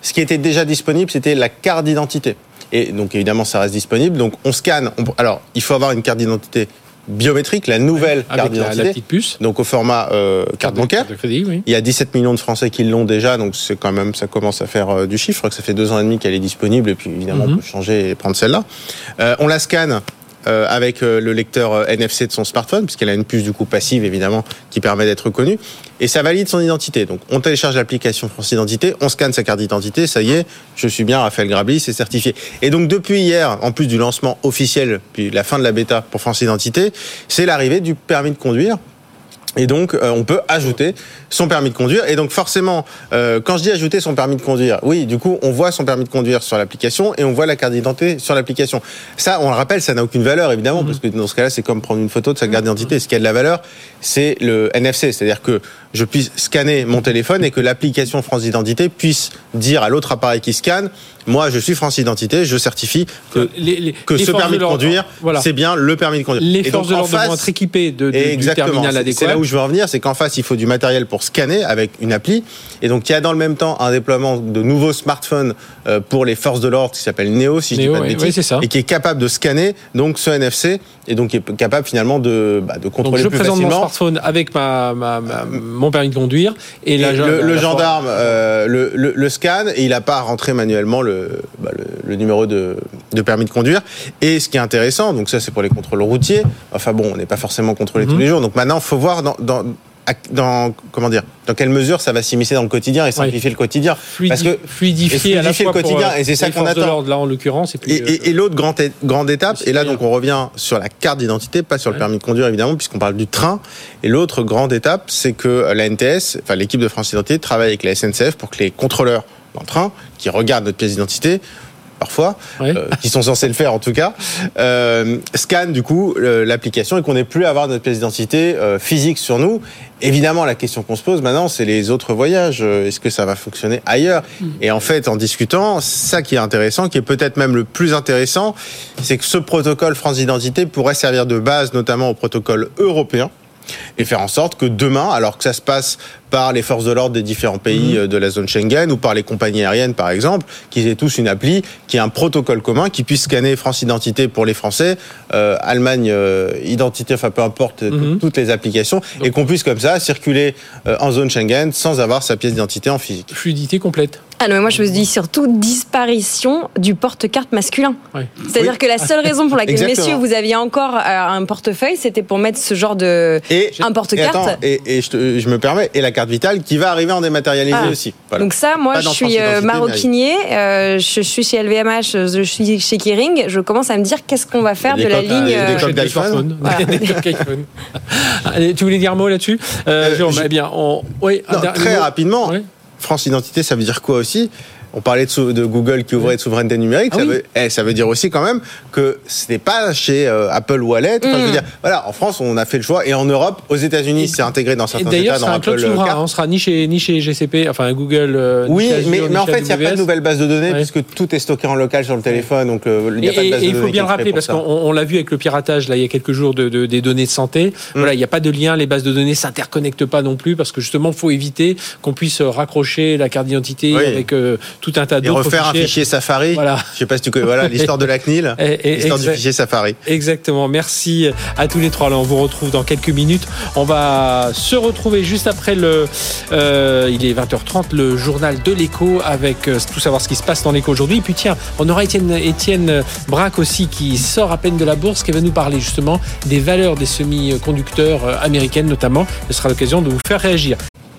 Ce qui était déjà disponible, c'était la carte d'identité. Et donc, évidemment, ça reste disponible. Donc, on scanne. On, alors, il faut avoir une carte d'identité biométrique, la nouvelle ouais, carte d'identité. La, la petite puce. Donc, au format euh, carte, carte bancaire. De crédit, oui. Il y a dix-sept millions de Français qui l'ont déjà. Donc, c'est quand même, ça commence à faire euh, du chiffre. Je crois que ça fait deux ans et demi qu'elle est disponible. Et puis, évidemment, mm-hmm. on peut changer et prendre celle-là. Euh, on la scanne. Euh, avec euh, le lecteur euh, N F C de son smartphone, puisqu'elle a une puce du coup passive évidemment qui permet d'être reconnue, et ça valide son identité. Donc on télécharge l'application France Identité, on scanne sa carte d'identité, ça y est, je suis bien Raphaël Grabli, c'est certifié. Et donc depuis hier, en plus du lancement officiel, puis la fin de la bêta pour France Identité, c'est l'arrivée du permis de conduire. Et donc, euh, on peut ajouter son permis de conduire. Et donc, forcément, euh, quand je dis ajouter son permis de conduire, oui, du coup, on voit son permis de conduire sur l'application et on voit la carte d'identité sur l'application. Ça, on le rappelle, ça n'a aucune valeur, évidemment, mmh. parce que dans ce cas-là, c'est comme prendre une photo de sa carte d'identité. Ce qui a de la valeur, c'est le N F C, c'est-à-dire que je puisse scanner mon téléphone et que l'application France Identité puisse dire à l'autre appareil qui scanne, moi, je suis France Identité, je certifie que, les, les, que les ce permis de, de conduire, voilà. c'est bien le permis de conduire. Les forces de l'ordre vont être équipées de, de, du terminal adéquat. C'est là où je veux en venir, c'est qu'en face, il faut du matériel pour scanner avec une appli. Et donc, il y a dans le même temps un déploiement de nouveaux smartphones pour les forces de l'ordre qui s'appelle Neo, si Neo, je dis pas de bêtises, oui, c'est ça. Et qui est capable de scanner donc ce N F C et donc qui est capable finalement de, bah, de contrôler donc, plus facilement. Je présente mon smartphone avec ma, ma, ma, mon permis de conduire et, et la, le, la, le la gendarme euh, le, le, le scanne et il n'a pas à rentrer manuellement le, bah, le, le numéro de, de permis de conduire. Et ce qui est intéressant, donc ça c'est pour les contrôles routiers. Enfin bon, on n'est pas forcément contrôlé mmh. tous les jours. Donc maintenant, il faut voir dans, dans Dans, comment dire, dans quelle mesure ça va s'immiscer dans le quotidien et simplifier oui. le quotidien. Fluidi- parce que fluidifier, fluidifier à la fois le quotidien, pour, et c'est ça qu'on attend. Là, en l'occurrence, et, puis, et, et, et l'autre grande, grande étape, et là, donc, on revient sur la carte d'identité, pas sur le ouais. permis de conduire, évidemment, puisqu'on parle du train. Et l'autre grande étape, c'est que la N T S, enfin, l'équipe de France Identité, travaille avec la S N C F pour que les contrôleurs dans le train, qui regardent notre pièce d'identité, parfois, oui. euh, qui sont censés le faire en tout cas, euh, scannent du coup euh, l'application et qu'on n'ait plus à avoir notre pièce d'identité euh, physique sur nous. Évidemment, la question qu'on se pose maintenant, c'est les autres voyages. Est-ce que ça va fonctionner ailleurs ? mmh. Et en fait, en discutant, ça qui est intéressant, qui est peut-être même le plus intéressant, c'est que ce protocole France Identité pourrait servir de base notamment au protocole européen et faire en sorte que demain, alors que ça se passe par les forces de l'ordre des différents pays mmh. de la zone Schengen ou par les compagnies aériennes par exemple, qu'ils aient tous une appli qui ait un protocole commun qui puisse scanner France Identité pour les Français, euh, Allemagne euh, Identité, enfin peu importe mmh. toutes les applications, donc, et qu'on puisse comme ça circuler euh, en zone Schengen sans avoir sa pièce d'identité en physique. Fluidité complète. Ah non, mais moi je me dis surtout disparition du porte-carte masculin. Oui. C'est-à-dire oui. que la seule raison pour laquelle, messieurs, vous aviez encore un portefeuille, c'était pour mettre ce genre de... Et, un porte-carte. Et, attends, et, et je, te, je me permets, et la carte vitale qui va arriver en dématérialisé ah. aussi. Voilà. Donc ça, moi je suis euh, maroquinier, euh, je suis chez L V M H, je suis chez Kering, je commence à me dire qu'est-ce qu'on va faire des de coques, la ligne... Euh, des coques d'iPhone. Voilà. Des coques iPhone. Allez, tu voulais dire un mot là-dessus euh, euh, Jérôme, je... eh bien, on... oui, non, très rapidement, oui. France Identité, ça veut dire quoi aussi ? On parlait de, sou- de Google qui ouvrait de souveraineté numérique. Ah ça, oui. veut, eh, ça veut dire aussi quand même que ce n'est pas chez euh, Apple Wallet. Enfin, mmh. je veux dire, voilà, en France, on a fait le choix. Et en Europe, aux États-Unis, et, c'est intégré dans certains États. Dans Apple souverain, hein, on sera ni chez, ni chez G C P, enfin Google. Euh, oui, Azure, mais, mais en fait, il n'y a pas de S. nouvelle base de données ouais. puisque tout est stocké en local sur le téléphone. Donc, il n'y a et, pas de base et de données. Il faut bien le rappeler parce qu'on on l'a vu avec le piratage là, il y a quelques jours de, de, des données de santé. Mmh. Voilà, il n'y a pas de lien. Les bases de données ne s'interconnectent pas non plus parce que justement, il faut éviter qu'on puisse raccrocher la carte d'identité oui. avec euh, tout un tas d'autres un fichier Safari. Voilà. Je sais pas si tu connais. Voilà l'histoire de la C N I L, et, et, l'histoire exact, du fichier Safari. Exactement. Merci à tous les trois. Là, on vous retrouve dans quelques minutes. On va se retrouver juste après le. Euh, il est vingt heures trente, le journal de l'Écho avec euh, tout savoir ce qui se passe dans l'Écho aujourd'hui. Et puis tiens, on aura Étienne, Étienne Braque aussi qui sort à peine de la bourse, qui va nous parler justement des valeurs des semi-conducteurs américaines notamment. Ce sera l'occasion de vous faire réagir.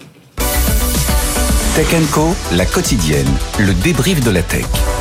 Tech and Co, la quotidienne, le débrief de la tech.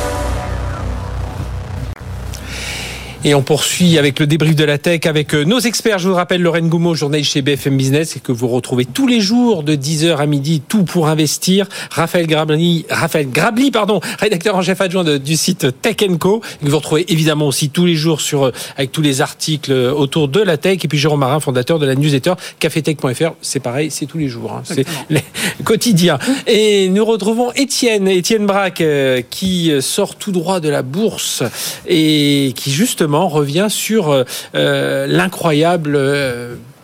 Et on poursuit avec le débrief de la tech avec nos experts. Je vous rappelle Lorraine Goumeau, journaliste chez B F M Business et que vous retrouvez tous les jours de dix heures à midi, tout pour investir. Raphaël Grabli, Raphaël Grabli, pardon, rédacteur en chef adjoint de, du site Tech and Co. Et que vous retrouvez évidemment aussi tous les jours sur, avec tous les articles autour de la tech. Et puis Jérôme Marin, fondateur de la newsletter cafetech point f r. C'est pareil, c'est tous les jours. Hein. C'est le quotidien. Et nous retrouvons Étienne, Étienne Braque, euh, qui sort tout droit de la bourse et qui justement revient sur euh, l'incroyable euh,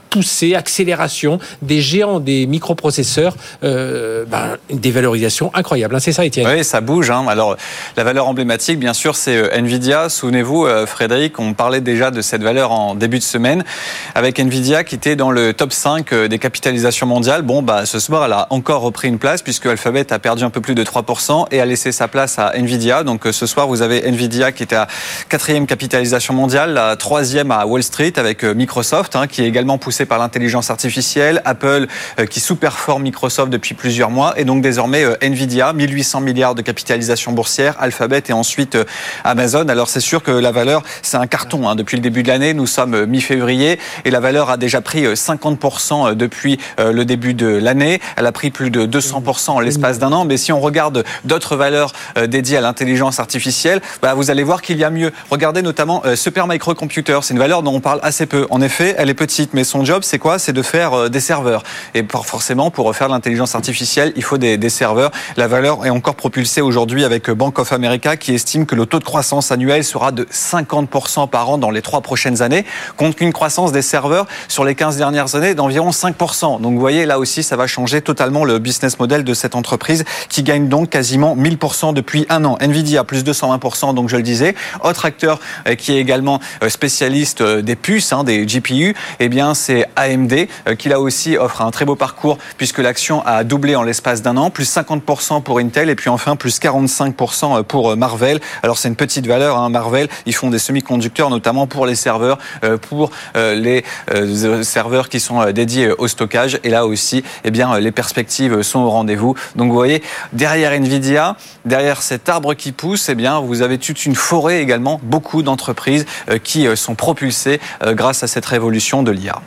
poussée, accélération des géants des microprocesseurs, euh, ben, des valorisations incroyables. Hein, c'est ça, Étienne? Oui, ça bouge. Hein. Alors, la valeur emblématique, bien sûr, c'est Nvidia. Souvenez-vous, Frédéric, on parlait déjà de cette valeur en début de semaine, avec Nvidia qui était dans le top cinq des capitalisations mondiales. Bon, bah, ce soir, elle a encore repris une place, puisque Alphabet a perdu un peu plus de trois pour cent et a laissé sa place à Nvidia. Donc, ce soir, vous avez Nvidia qui était à quatrième capitalisation mondiale, la troisième à Wall Street, avec Microsoft, hein, qui est également poussé par l'intelligence artificielle, Apple euh, qui sous-performe Microsoft depuis plusieurs mois, et donc désormais euh, Nvidia, mille huit cents milliards de capitalisation boursière, Alphabet et ensuite euh, Amazon. Alors c'est sûr que la valeur, c'est un carton. Hein. Depuis le début de l'année, nous sommes euh, mi-février, et la valeur a déjà pris euh, cinquante pour cent depuis euh, le début de l'année. Elle a pris plus de deux cents pour cent en l'espace d'un an. Mais si on regarde d'autres valeurs euh, dédiées à l'intelligence artificielle, bah, vous allez voir qu'il y a mieux. Regardez notamment euh, Supermicro Computer. C'est une valeur dont on parle assez peu. En effet, elle est petite, mais son job, c'est quoi? C'est de faire euh, des serveurs. Et pour, forcément, pour faire de l'intelligence artificielle, il faut des, des serveurs. La valeur est encore propulsée aujourd'hui avec Bank of America qui estime que le taux de croissance annuel sera de cinquante pour cent par an dans les trois prochaines années, contre une croissance des serveurs sur les quinze dernières années d'environ cinq pour cent. Donc vous voyez, là aussi, ça va changer totalement le business model de cette entreprise qui gagne donc quasiment mille pour cent depuis un an. Nvidia, plus deux cent vingt pour cent, donc je le disais. Autre acteur euh, qui est également euh, spécialiste euh, des puces, hein, des G P U, eh bien c'est A M D euh, qui là aussi offre un très beau parcours puisque l'action a doublé en l'espace d'un an, plus cinquante pour cent pour Intel et puis enfin plus quarante-cinq pour cent pour Marvell. Alors c'est une petite valeur, hein, Marvell, ils font des semi-conducteurs notamment pour les serveurs, euh, pour euh, les euh, serveurs qui sont euh, dédiés au stockage, et là aussi eh bien les perspectives sont au rendez-vous. Donc vous voyez, derrière Nvidia, derrière cet arbre qui pousse, eh bien vous avez toute une forêt également, beaucoup d'entreprises euh, qui euh, sont propulsées euh, grâce à cette révolution de l'I A.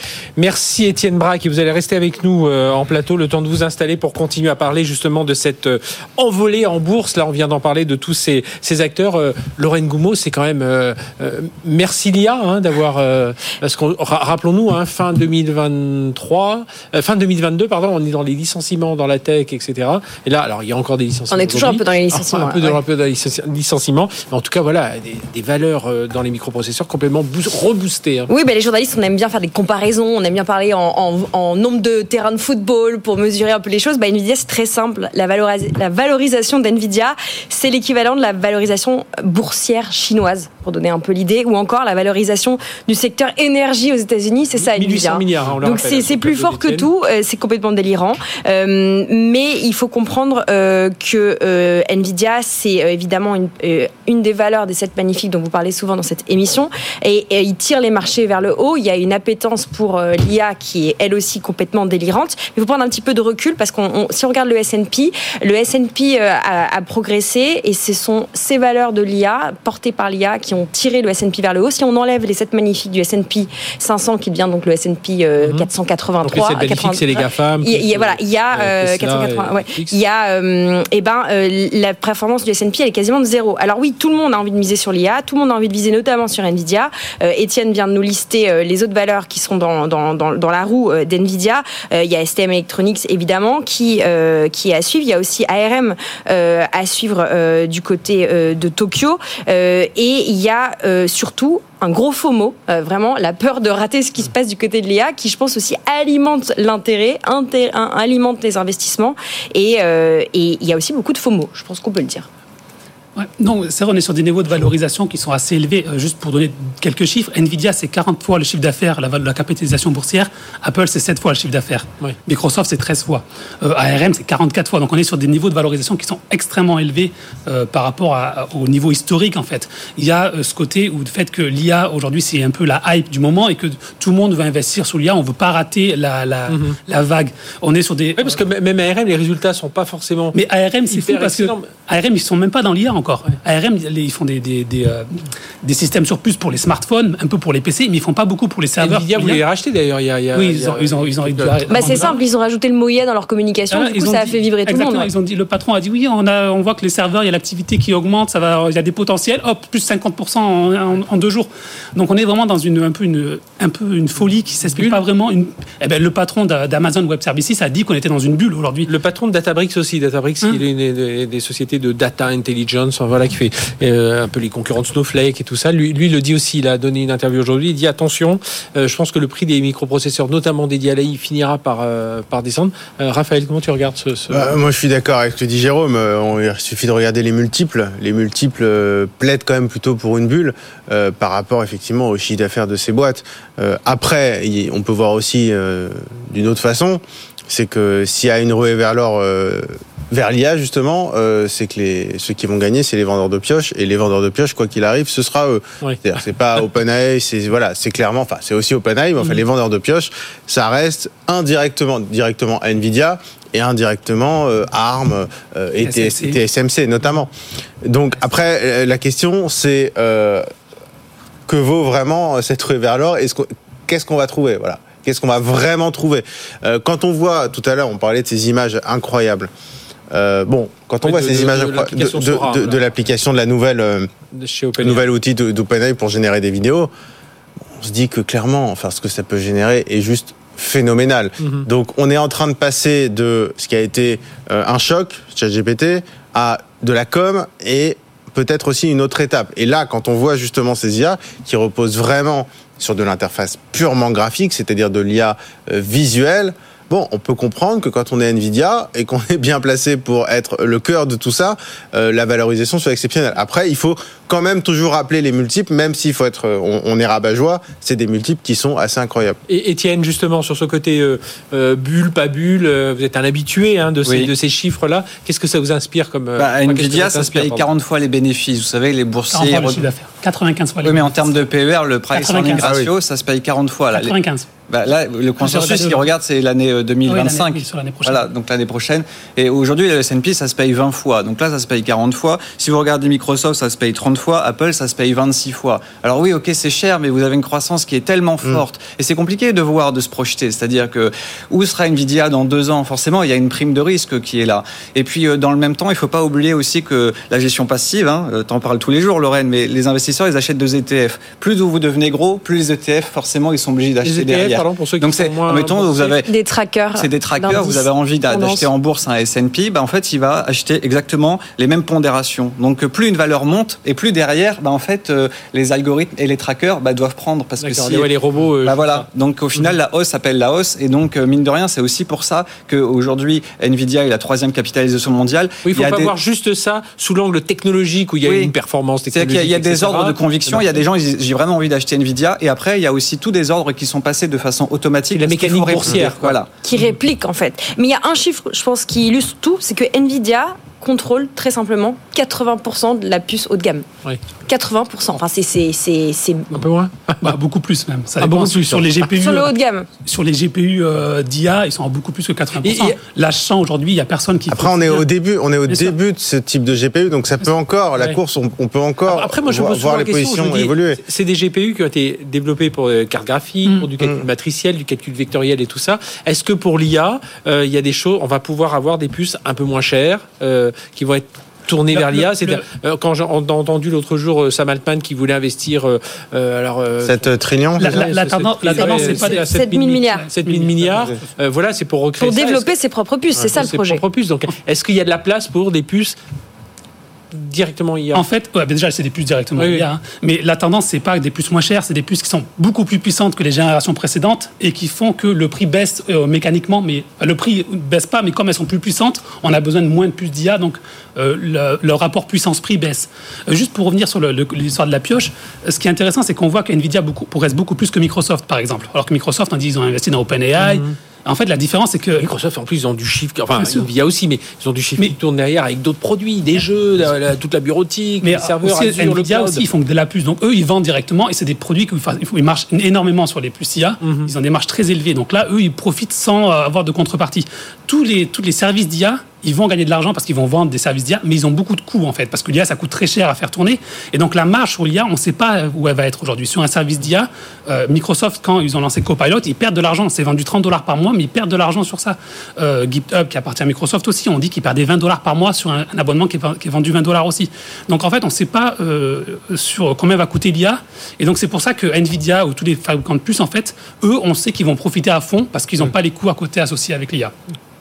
Merci Étienne Braque, et vous allez rester avec nous euh, en plateau le temps de vous installer pour continuer à parler justement de cette euh, envolée en bourse. Là, on vient d'en parler de tous ces, ces acteurs. Euh, Lorraine Goumeau, c'est quand même euh, euh, merci l'I A hein, d'avoir. Euh, parce qu'on rappelons-nous, hein, fin deux mille vingt-trois, euh, fin deux mille vingt-deux, pardon, on est dans les licenciements dans la tech, et cetera. Et là, alors il y a encore des licenciements. On est toujours un peu dans les licenciements. Un peu, ouais. dans, un peu dans les licenciements. Mais en tout cas, voilà, des, des valeurs euh, dans les microprocesseurs complètement boost, reboostées. Hein. Oui, ben les journalistes, on aime bien faire des comparaisons. On aime bien parler en, en, en nombre de terrains de football pour mesurer un peu les choses. Bah, Nvidia, c'est très simple. La, valoris- la valorisation d'Nvidia, c'est l'équivalent de la valorisation boursière chinoise, pour donner un peu l'idée, ou encore la valorisation du secteur énergie aux États-Unis. C'est ça, Nvidia. mille huit cents milliards. Hein, donc c'est, c'est plus fort que tout. Euh, c'est complètement délirant. Euh, mais il faut comprendre euh, que euh, Nvidia, c'est euh, évidemment une, euh, une des valeurs des sept magnifiques dont vous parlez souvent dans cette émission. Et, et il tire les marchés vers le haut. Il y a une appétence pour euh, l'I A qui est elle aussi complètement délirante. Il faut prendre un petit peu de recul parce qu'on, on, si on regarde le S and P, le S and P euh, a, a progressé et ce sont ces valeurs de l'I A portées par l'I A qui ont tiré le S and P vers le haut. Si on enlève les sept magnifiques du S and P cinq cents qui devient donc le S and P euh, mm-hmm. quatre cent quatre-vingt-trois, donc les sept magnifiques, c'est les GAFAM. Il y a, voilà, il y a euh, quatre cent quatre-vingts. Ouais, il y a euh, et ben euh, la performance du S and P elle est quasiment de zéro. Alors oui, tout le monde a envie de miser sur l'I A, tout le monde a envie de viser notamment sur Nvidia. Euh, Étienne vient de nous lister euh, les autres valeurs qui sont dans dans dans, dans la roue euh, d'Nvidia. Euh, il y a S T M Electronics évidemment qui euh, qui est à suivre. Il y a aussi A R M euh, à suivre euh, du côté euh, de Tokyo euh, et il y a euh, surtout un gros FOMO, euh, vraiment la peur de rater ce qui se passe du côté de l'I A, qui je pense aussi alimente l'intérêt, inter, alimente les investissements et euh, et il y a aussi beaucoup de FOMO, je pense qu'on peut le dire. Ouais, non, c'est vrai, on est sur des niveaux de valorisation qui sont assez élevés. Euh, juste pour donner quelques chiffres, Nvidia, c'est quarante fois le chiffre d'affaires, la, la capitalisation boursière. Apple, c'est sept fois le chiffre d'affaires. Oui. Microsoft, c'est treize fois. Euh, A R M, c'est quarante-quatre fois. Donc, on est sur des niveaux de valorisation qui sont extrêmement élevés euh, par rapport à, au niveau historique, en fait. Il y a euh, ce côté où le fait que l'I A, aujourd'hui, c'est un peu la hype du moment et que tout le monde veut investir sur l'I A. On ne veut pas rater la, la, mm-hmm. la vague. On est sur des... Oui, parce que même A R M, les résultats ne sont pas forcément... Mais A R M, c'est fou parce que A R M, ils ne sont même pas dans l'I A encore. Ouais. A R M, ils font des, des, des, euh, des systèmes sur puce pour les smartphones, un peu pour les P C, mais ils font pas beaucoup pour les serveurs. Nvidia, vous les rachetez d'ailleurs. Il y a, il y a, oui, il y a, ils ont, ils ont, ils ont, bah, c'est simple, ils ont rajouté le Moya dans leur communication, ah, du coup ça a dit, fait vibrer tout le monde. Ouais. Ils ont dit, le patron a dit oui, on, a, on voit que les serveurs, il y a l'activité qui augmente, ça va, il y a des potentiels, hop, plus cinquante pour cent en, en, en deux jours. Donc on est vraiment dans une, un, peu une, un peu une folie qui ne s'explique pas vraiment. Une... Eh ben, le patron d'Amazon Web Services a dit qu'on était dans une bulle aujourd'hui. Le patron de Databricks aussi, Databricks, hein? Il est une des, des sociétés de data intelligence enfin, voilà, qui fait euh, un peu les concurrents de Snowflake et tout ça. Lui, lui le dit aussi. Il a donné une interview aujourd'hui. Il dit attention, euh, je pense que le prix des microprocesseurs, notamment dédiés à l'A I, finira par euh, par descendre. Euh, Raphaël, comment tu regardes ce, ce... Bah, moi, je suis d'accord avec ce que dit Jérôme. On, il suffit de regarder les multiples. Les multiples euh, plaident quand même plutôt pour une bulle euh, par rapport effectivement au chiffre d'affaires de ces boîtes. Euh, après, on peut voir aussi euh, d'une autre façon, c'est que s'il y a une ruée vers l'or, euh, vers l'I A justement, euh, c'est que les, ceux qui vont gagner, c'est les vendeurs de pioches, et les vendeurs de pioches, quoi qu'il arrive, ce sera eux. Oui. C'est-à-dire, c'est pas OpenAI, c'est voilà, c'est clairement, enfin, c'est aussi OpenAI, mais enfin, mmh. les vendeurs de pioches, ça reste indirectement, directement Nvidia. Et indirectement euh, ARM euh, et T S M C notamment. Donc après, la question c'est euh, que vaut vraiment cette ruée vers l'or ? Est-ce qu'on, qu'est-ce qu'on va trouver ? Voilà. Qu'est-ce qu'on va vraiment trouver ? euh, Quand on voit, tout à l'heure, on parlait de ces images incroyables. Euh, bon, quand on oui, voit de, ces de, images de, de, Sora, de, de, de l'application de la nouvelle, euh, nouvelle outil d'OpenAI pour générer des vidéos, on se dit que clairement, enfin, ce que ça peut générer est juste phénoménal. Mm-hmm. Donc on est en train de passer de ce qui a été euh, un choc, ChatGPT, à de la com et peut-être aussi une autre étape. Et là, quand on voit justement ces I A qui reposent vraiment sur de l'interface purement graphique, c'est-à-dire de l'I A euh, visuelle, bon, on peut comprendre que quand on est Nvidia et qu'on est bien placé pour être le cœur de tout ça, euh, la valorisation soit exceptionnelle. Après, il faut quand même toujours rappeler les multiples, même s'il faut être, on, on est rabat-joie, c'est des multiples qui sont assez incroyables. Et Étienne, justement, sur ce côté euh, euh, bulle, pas bulle, euh, vous êtes un habitué hein, de, ces, oui. de ces chiffres-là. Qu'est-ce que ça vous inspire comme euh, bah, Nvidia, ça, ça se paye quarante fois les bénéfices. Vous savez, les boursiers. quarante fois le chiffre d'affaires. quatre-vingt-quinze fois les Oui, mais en termes de P E R, le price earning ratio, ah, oui. ça se paye quarante fois. Là. quatre-vingt-quinze. Bah, là, le consensus qui regarde, c'est l'année deux mille vingt-cinq. Oui, l'année, sur l'année prochaine. Voilà, donc l'année prochaine. Et aujourd'hui, le S and P, ça se paye vingt fois. Donc là, ça se paye quarante fois. Si vous regardez Microsoft, ça se paye trente fois. Apple, ça se paye vingt-six fois. Alors oui, ok, c'est cher, mais vous avez une croissance qui est tellement forte. Mmh. Et c'est compliqué de voir, de se projeter. C'est-à-dire que où sera Nvidia dans deux ans ? Forcément, il y a une prime de risque qui est là. Et puis, dans le même temps, il ne faut pas oublier aussi que la gestion passive, hein, t'en parles tous les jours, Lorraine, mais les investisseurs, ils achètent deux E T F. Plus vous devenez gros, plus les E T F, forcément, ils sont obligés d'acheter les E T F, derrière. Pardon, pour ceux qui donc c'est, mettons, vous avez des trackers. C'est des trackers. Vous avez envie d'acheter en bourse un S and P, bah en fait, il va acheter exactement les mêmes pondérations. Donc, plus une valeur monte et plus derrière, bah en fait, euh, les algorithmes et les trackers bah, doivent prendre parce D'accord, que si les, ouais, les robots. Euh, bah voilà. Donc, au final, mmh. la hausse s'appelle la hausse et donc mine de rien, c'est aussi pour ça qu'aujourd'hui, Nvidia est la troisième capitalisation mondiale. Oui, il faut il pas des... voir juste ça sous l'angle technologique où il y a oui. une performance technologique. C'est-à-dire qu'il y a, il y a des et cetera. ordres de conviction. Il y a des gens, j'ai vraiment envie d'acheter Nvidia. Et après, il y a aussi tous des ordres qui sont passés de façon automatique. La mécanique boursière, voilà. Qui réplique en fait. Mais il y a un chiffre, je pense, qui illustre tout, c'est que Nvidia contrôle très simplement quatre-vingts pour cent de la puce haut de gamme. Oui. quatre-vingts pour cent. Enfin, c'est, c'est, c'est, c'est... un peu moins. Bah, beaucoup plus même. Ça ah, beaucoup plus sur les G P U. Sur le haut de gamme. Sur les G P U euh, d'I A, ils sont à beaucoup plus que quatre-vingts pour cent. Et, et... L'achat aujourd'hui, il y a personne qui. Après, on est au début, on est au Bien début sûr. de ce type de G P U, donc ça peut encore la ouais. course, on, on peut encore. Après, moi, je voir, pose voir la les question, positions dis, évoluer. C'est des G P U qui ont été développés pour euh, carte graphique, mmh. pour du calcul mmh. matriciel, du calcul vectoriel et tout ça. Est-ce que pour l'I A, euh, il y a des choses, on va pouvoir avoir des puces un peu moins chères euh, qui vont être tourner vers l'I A, c'est euh, quand j'ai entendu l'autre jour euh, Sam Altman qui voulait investir euh, alors euh, sept trillions. La, la, la tendance, la tendance c'est pas des sept mille milliards. sept mille milliards. Euh, voilà, c'est pour recréer pour ça. développer ses propres puces, c'est ça le projet. Ses propres puces. Donc, est-ce qu'il y a de la place pour des puces directement I A? En fait, ouais, déjà, c'est des puces directement oui, I A. Hein. Mais la tendance, c'est pas des puces moins chères, c'est des puces qui sont beaucoup plus puissantes que les générations précédentes et qui font que le prix baisse euh, mécaniquement. Mais enfin, le prix baisse pas, mais comme elles sont plus puissantes, on a besoin de moins de puces d'I A, donc euh, le, le rapport puissance-prix baisse. Euh, juste pour revenir sur le, le, l'histoire de la pioche, ce qui est intéressant, c'est qu'on voit qu'Nvidia beaucoup, progresse beaucoup plus que Microsoft, par exemple. Alors que Microsoft, on dit ils ont investi dans OpenAI. Mm-hmm. En fait, la différence, c'est que Microsoft, en plus, ils ont du chiffre, enfin, il y a aussi, mais ils ont du chiffre mais, qui tourne derrière avec d'autres produits, des jeux, la, la, toute la bureautique, mais les serveurs, aussi, Azure, Nvidia le cloud. Aussi, ils font de la puce. Donc, eux, ils vendent directement et c'est des produits qu'ils marchent énormément sur les puces I A. Mm-hmm. Ils ont des marges très élevées. Donc là, eux, ils profitent sans avoir de contrepartie. Tous les, tous les services d'I A, ils vont gagner de l'argent parce qu'ils vont vendre des services d'I A, mais ils ont beaucoup de coûts en fait, parce que l'I A ça coûte très cher à faire tourner, et donc la marge sur l'I A, on ne sait pas où elle va être aujourd'hui. Sur un service d'I A, euh, Microsoft, quand ils ont lancé Copilot, ils perdent de l'argent, c'est vendu trente dollars par mois, mais ils perdent de l'argent sur ça. Euh, GitHub, qui appartient à Microsoft aussi, on dit qu'ils perdaient vingt dollars par mois sur un, un abonnement qui est, qui est vendu vingt dollars aussi. Donc en fait, on ne sait pas euh, sur combien va coûter l'I A, et donc c'est pour ça que Nvidia ou tous les fabricants de puces, en fait, eux, on sait qu'ils vont profiter à fond parce qu'ils n'ont pas les coûts à côté associés avec l'I A.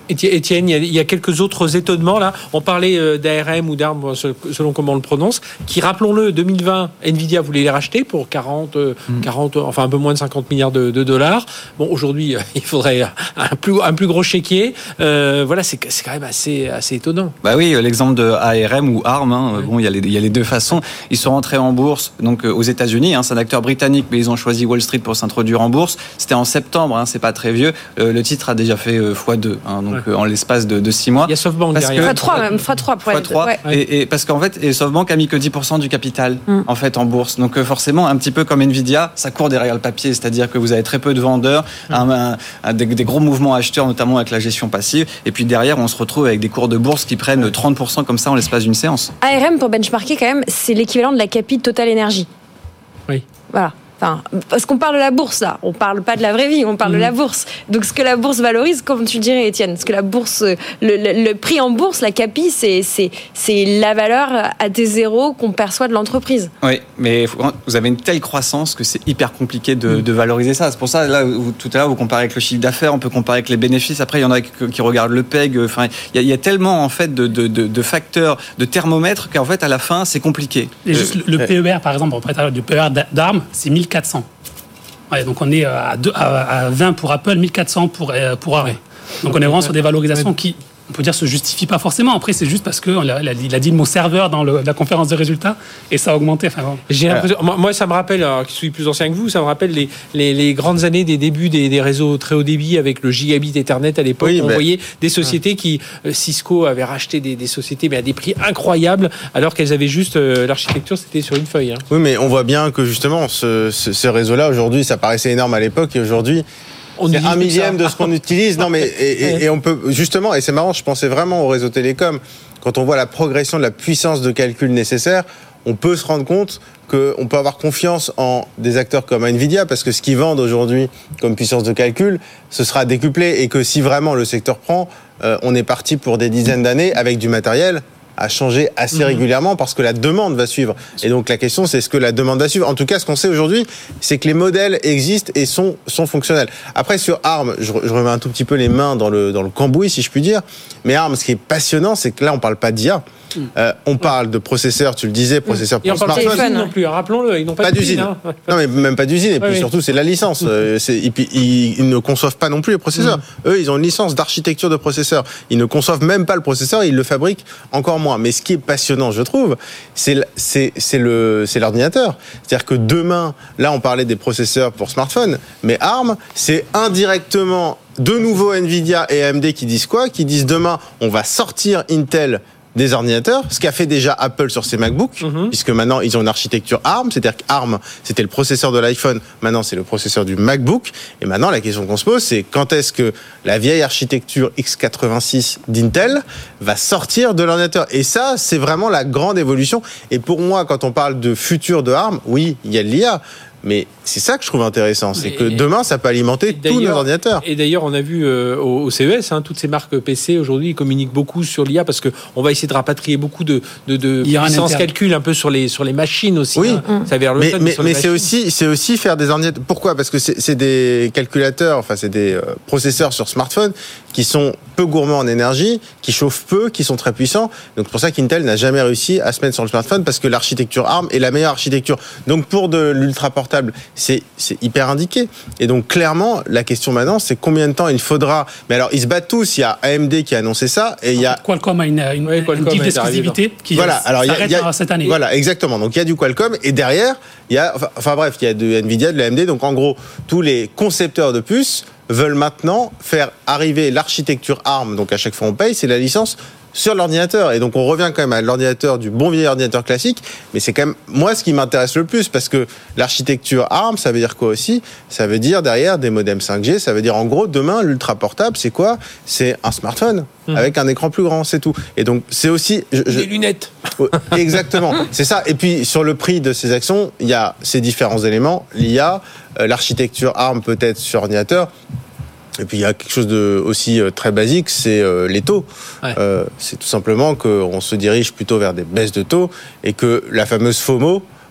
Étienne, il y a quelques autres étonnements là. On parlait d'A R M ou d'Arm, selon comment on le prononce, qui, rappelons-le, deux mille vingt, Nvidia voulait les racheter pour quarante, mmh. quarante, enfin un peu moins de cinquante milliards de, de dollars. Bon, aujourd'hui, il faudrait un plus, un plus gros chéquier. Euh, voilà, c'est, c'est quand même assez, assez étonnant. Bah oui, l'exemple de A R M ou Arm, hein, oui. bon, il y a les, il y a les deux façons. Ils sont rentrés en bourse, donc aux États-Unis. Hein, c'est un acteur britannique, mais ils ont choisi Wall Street pour s'introduire en bourse. C'était en septembre, hein, c'est pas très vieux. Euh, le titre a déjà fait euh, fois deux, hein, donc ouais. euh, en l'espace de, de six mois. Il y a SoftBank derrière. fois trois même, fois trois pour fois trois, ouais. et, et parce qu'en fait, et SoftBank a mis que dix pour cent du capital mm. en fait en bourse. Donc euh, forcément, un petit peu comme Nvidia, ça court derrière le papier, c'est-à-dire que vous avez très peu de vendeurs, mm. un, un, un, des, des gros mouvements acheteurs, notamment avec la gestion passive, et puis derrière, on se retrouve avec des cours de bourse qui prennent trente pour cent comme ça en l'espace d'une séance. A R M, pour benchmarker quand même, c'est l'équivalent de la capi de Total Energy. Oui. Voilà. Enfin, parce qu'on parle de la bourse là, on parle pas de la vraie vie, on parle mmh. de la bourse. Donc ce que la bourse valorise, comme tu dirais Étienne, ce que la bourse, le, le, le prix en bourse, la capi, c'est, c'est, c'est la valeur à T zéro qu'on perçoit de l'entreprise. Oui, mais vous avez une telle croissance que c'est hyper compliqué de, mmh. de valoriser ça. C'est pour ça, là, vous, tout à l'heure, vous comparez avec le chiffre d'affaires, on peut comparer avec les bénéfices. Après, il y en a qui, qui regardent le P E G. Enfin, il y, y a tellement en fait de, de, de, de facteurs, de thermomètres qu'en fait, à la fin, c'est compliqué. Et juste euh, le P E R, par exemple, on parlait du P E R d'Arm, c'est mille quatre cents. Ouais, donc on est à, deux, à, à vingt pour Apple, mille quatre cents pour, pour Array. Donc on est vraiment sur des valorisations qui, on peut dire, se justifient pas forcément. Après, c'est juste parce qu'il a, il a dit le mot serveur dans le, la conférence de résultats et ça a augmenté. Enfin, bon. J'ai l'impression, moi, ça me rappelle, alors, qui suis plus ancien que vous, ça me rappelle les, les, les grandes années des débuts des, des réseaux très haut débit avec le gigabit Ethernet à l'époque. Oui, on mais... voyait des sociétés qui, Cisco avait racheté des, des sociétés, mais à des prix incroyables, alors qu'elles avaient juste euh, l'architecture, c'était sur une feuille. Hein. Oui, mais on voit bien que justement, ce, ce, ce réseau-là, aujourd'hui, ça paraissait énorme à l'époque et aujourd'hui, on c'est un millième de ce qu'on utilise. Non, mais et, et, et on peut justement, et c'est marrant, je pensais vraiment au réseau télécom. Quand on voit la progression de la puissance de calcul nécessaire, on peut se rendre compte qu'on peut avoir confiance en des acteurs comme Nvidia, parce que ce qu'ils vendent aujourd'hui comme puissance de calcul, ce sera décuplé, et que si vraiment le secteur prend, euh, on est parti pour des dizaines d'années avec du matériel à changer assez régulièrement parce que la demande va suivre. Et donc la question, c'est est-ce que la demande va suivre ? En tout cas, ce qu'on sait aujourd'hui, c'est que les modèles existent et sont, sont fonctionnels. Après, sur Arm, je, je remets un tout petit peu les mains dans le, dans le cambouis, si je puis dire. Mais Arm, ce qui est passionnant, c'est que là, on parle pas d'I A. Euh, on parle de processeurs, tu le disais, processeurs pour smartphone. Et on parle pas non plus, rappelons-le, ils n'ont pas, pas d'usine. Hein. Non, mais même pas d'usine, et puis oui, surtout, oui. c'est la licence. Euh, c'est, et puis, ils, ils ne conçoivent pas non plus les processeurs. Mmh. Eux, ils ont une licence d'architecture de processeur. Ils ne conçoivent même pas le processeur, ils le fabriquent encore moins. Mais ce qui est passionnant, je trouve, c'est, c'est, c'est, le, c'est l'ordinateur. C'est-à-dire que demain, là, on parlait des processeurs pour smartphone, mais Arm, c'est indirectement de nouveau Nvidia et A M D qui disent quoi ? Qui disent demain, on va sortir Intel des ordinateurs, ce qu'a fait déjà Apple sur ses MacBooks, mm-hmm. puisque maintenant ils ont une architecture ARM, c'est-à-dire qu'ARM c'était le processeur de l'iPhone, maintenant c'est le processeur du MacBook, et maintenant la question qu'on se pose c'est quand est-ce que la vieille architecture x quatre-vingt-six d'Intel va sortir de l'ordinateur, et ça c'est vraiment la grande évolution, et pour moi quand on parle de futur de ARM, oui il y a de l'I A, mais c'est ça que je trouve intéressant, c'est que demain ça peut alimenter tous nos ordinateurs. Et d'ailleurs on a vu euh, au, au C E S, hein, toutes ces marques P C aujourd'hui ils communiquent beaucoup sur l'I A parce qu'on va essayer de rapatrier beaucoup de, de, de puissance calcul un peu sur les, sur les machines aussi. Oui, hein. Ça vers le mais, fun, mais, sur mais les c'est, aussi, c'est aussi faire des ordinateurs. Pourquoi ? Parce que c'est, c'est des calculateurs, enfin c'est des euh, processeurs sur smartphone qui sont peu gourmands en énergie, qui chauffent peu, qui sont très puissants. Donc c'est pour ça qu'Intel n'a jamais réussi à se mettre sur le smartphone parce que l'architecture ARM est la meilleure architecture. Donc pour de l'ultra portable, c'est c'est hyper indiqué. Et donc, clairement, la question maintenant, c'est combien de temps il faudra... Mais alors, ils se battent tous. Il y a A M D qui a annoncé ça et il y a... Qualcomm a une, une, ouais, Qualcomm une d'exclusivité qui voilà, alors, s'arrête y a, y a, cette année. Voilà, exactement. Donc, il y a du Qualcomm et derrière, il y a... Enfin, enfin bref, il y a de Nvidia, de l'A M D. Donc, en gros, tous les concepteurs de puces veulent maintenant faire arriver l'architecture ARM. Donc, à chaque fois, on paye. C'est la licence sur l'ordinateur. Et donc, on revient quand même à l'ordinateur du bon vieil ordinateur classique. Mais c'est quand même, moi, ce qui m'intéresse le plus, parce que l'architecture ARM, ça veut dire quoi aussi ? Ça veut dire, derrière, des modems cinq G. Ça veut dire, en gros, demain, l'ultra portable, c'est quoi ? C'est un smartphone mmh. avec un écran plus grand, c'est tout. Et donc, c'est aussi... Je, je... Des lunettes. Exactement. C'est ça. Et puis, sur le prix de ces actions, il y a ces différents éléments. L'I A, euh, l'architecture ARM peut-être sur ordinateur. Et puis il y a quelque chose de aussi très basique, c'est euh, les taux. Ouais. Euh, c'est tout simplement qu'on se dirige plutôt vers des baisses de taux et que la fameuse FOMO,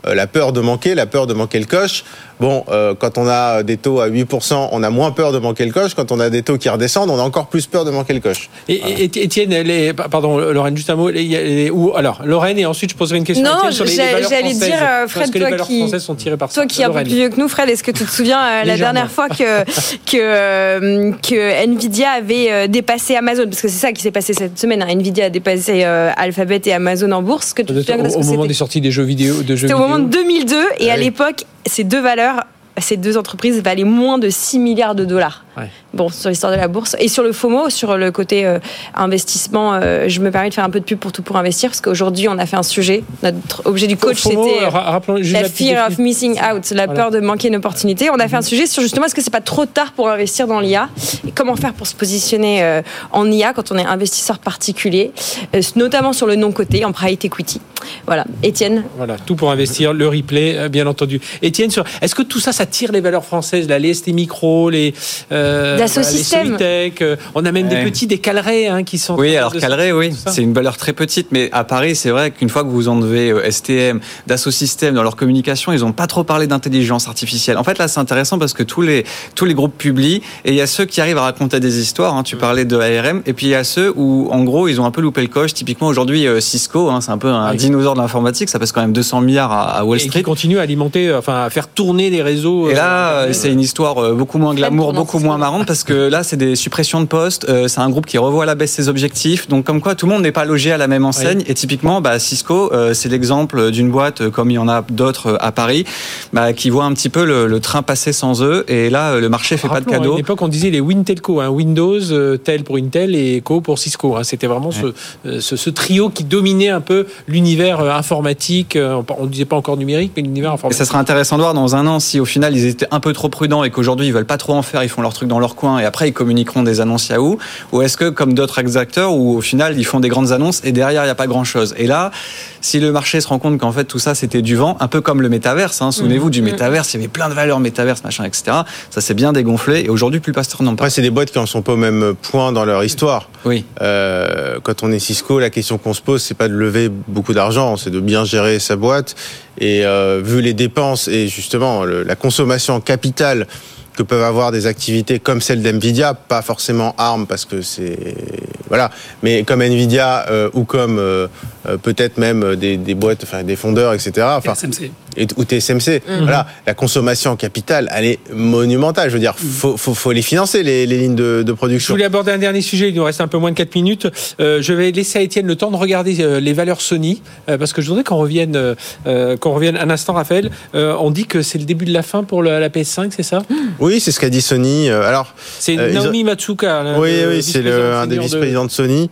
euh, la peur de manquer, la peur de manquer le coche. Bon, euh, quand on a des taux à huit pour cent, on a moins peur de manquer le coche. Quand on a des taux qui redescendent, on a encore plus peur de manquer le coche. Et, voilà. et Étienne, les, pardon, Lorraine, juste un mot. Les, les, où, alors, Lorraine, et ensuite je poserai une question. Non, à Étienne sur les, les valeurs j'allais françaises. dire, euh, Fred, que toi les valeurs qui, françaises sont tirées par toi ça. qui es un peu plus vieux que nous, Fred, est-ce que tu te souviens euh, la dernière fois que que euh, que Nvidia avait euh, dépassé Amazon, parce que c'est ça qui s'est passé cette semaine. Hein. Nvidia a dépassé euh, Alphabet et Amazon en bourse. Que tu te souviens au, de ce au que moment c'était des sorties des jeux vidéo, de jeux C'était vidéo. au moment de deux mille deux, et ah, à oui. l'époque, ces deux valeurs. Ces deux entreprises valaient moins de six milliards de dollars. Ouais. Bon, sur l'histoire de la bourse. Et sur le FOMO, sur le côté euh, investissement, euh, je me permets de faire un peu de pub pour Tout pour investir, parce qu'aujourd'hui, on a fait un sujet. Notre objet du coach, FOMO, c'était euh, la fear of missing out, la voilà. peur de manquer une opportunité. On a fait un sujet sur justement, est-ce que c'est pas trop tard pour investir dans l'I A, et comment faire pour se positionner euh, en I A quand on est investisseur particulier, euh, notamment sur le non-coté, en private equity. Voilà. Étienne. Voilà, Tout pour investir, le replay, bien entendu. Étienne, sur, est-ce que tout ça, ça tire les valeurs françaises, là, les S T Micro, les, euh, voilà, les Solitech, euh, on a même ouais. des petits, des Calray hein, qui sont... Oui, alors Calray, oui, c'est une valeur très petite, mais à Paris, c'est vrai qu'une fois que vous enlevez euh, S T M, Dassault Systèmes dans leur communication, ils n'ont pas trop parlé d'intelligence artificielle. En fait, là, c'est intéressant parce que tous les, tous les groupes publient, et il y a ceux qui arrivent à raconter des histoires, hein, tu parlais de A R M, et puis il y a ceux où, en gros, ils ont un peu loupé le coche. Typiquement, aujourd'hui, euh, Cisco, hein, c'est un peu un oui. dinosaure de l'informatique, ça pèse quand même deux cents milliards à, à Wall Street. Et qui continue à alimenter, enfin, à faire tourner les réseaux. Et là, euh, c'est une histoire beaucoup moins glamour, beaucoup moins marrante, parce que là, c'est des suppressions de postes, euh, c'est un groupe qui revoit à la baisse ses objectifs, donc comme quoi tout le monde n'est pas logé à la même enseigne, oui. et typiquement, bah, Cisco, euh, c'est l'exemple d'une boîte, euh, comme il y en a d'autres à Paris, bah, qui voit un petit peu le, le train passer sans eux, et là, le marché fait Rappelons, pas de cadeau. À une époque, on disait les Wintelco, hein, Windows, euh, Tel pour Intel et Co pour Cisco, hein, c'était vraiment ouais. ce, euh, ce, ce trio qui dominait un peu l'univers euh, informatique, euh, on ne disait pas encore numérique, mais l'univers informatique. Et ça sera intéressant de voir dans un an si au final ils étaient un peu trop prudents et qu'aujourd'hui ils veulent pas trop en faire, ils font leur truc dans leur coin et après ils communiqueront des annonces Yahoo, ou est-ce que comme d'autres acteurs où au final ils font des grandes annonces et derrière il n'y a pas grand chose. Et là, si le marché se rend compte qu'en fait tout ça c'était du vent, un peu comme le métaverse, hein, souvenez-vous mmh. du métaverse, il y avait plein de valeurs métaverse, machin, et cetera. Ça s'est bien dégonflé et aujourd'hui plus pasteur non pas. Après c'est des boîtes qui en sont pas au même point dans leur histoire. Oui. Euh, quand on est Cisco, la question qu'on se pose c'est pas de lever beaucoup d'argent, c'est de bien gérer sa boîte et euh, vu les dépenses et justement le, la consommation en capital que peuvent avoir des activités comme celle d'Nvidia, pas forcément ARM parce que c'est voilà, mais comme Nvidia euh, ou comme euh, peut-être même des, des boîtes, enfin des fondeurs, et cetera. Enfin, T S M C. Et, ou T S M C. Mm-hmm. Voilà, la consommation en capital, elle est monumentale. Je veux dire, faut faut, faut les financer les, les lignes de, de production. Je voulais aborder un dernier sujet. Il nous reste un peu moins de quatre minutes. Euh, je vais laisser à Étienne le temps de regarder euh, les valeurs Sony euh, parce que je voudrais qu'on revienne euh, qu'on revienne un instant, Raphaël. Euh, on dit que c'est le début de la fin pour le, la P S cinq, c'est ça? Oui, c'est ce qu'a dit Sony. Alors, c'est euh, Naomi ont... Matsuoka. Là, oui, oui, c'est le, un des vice-présidents de, de Sony.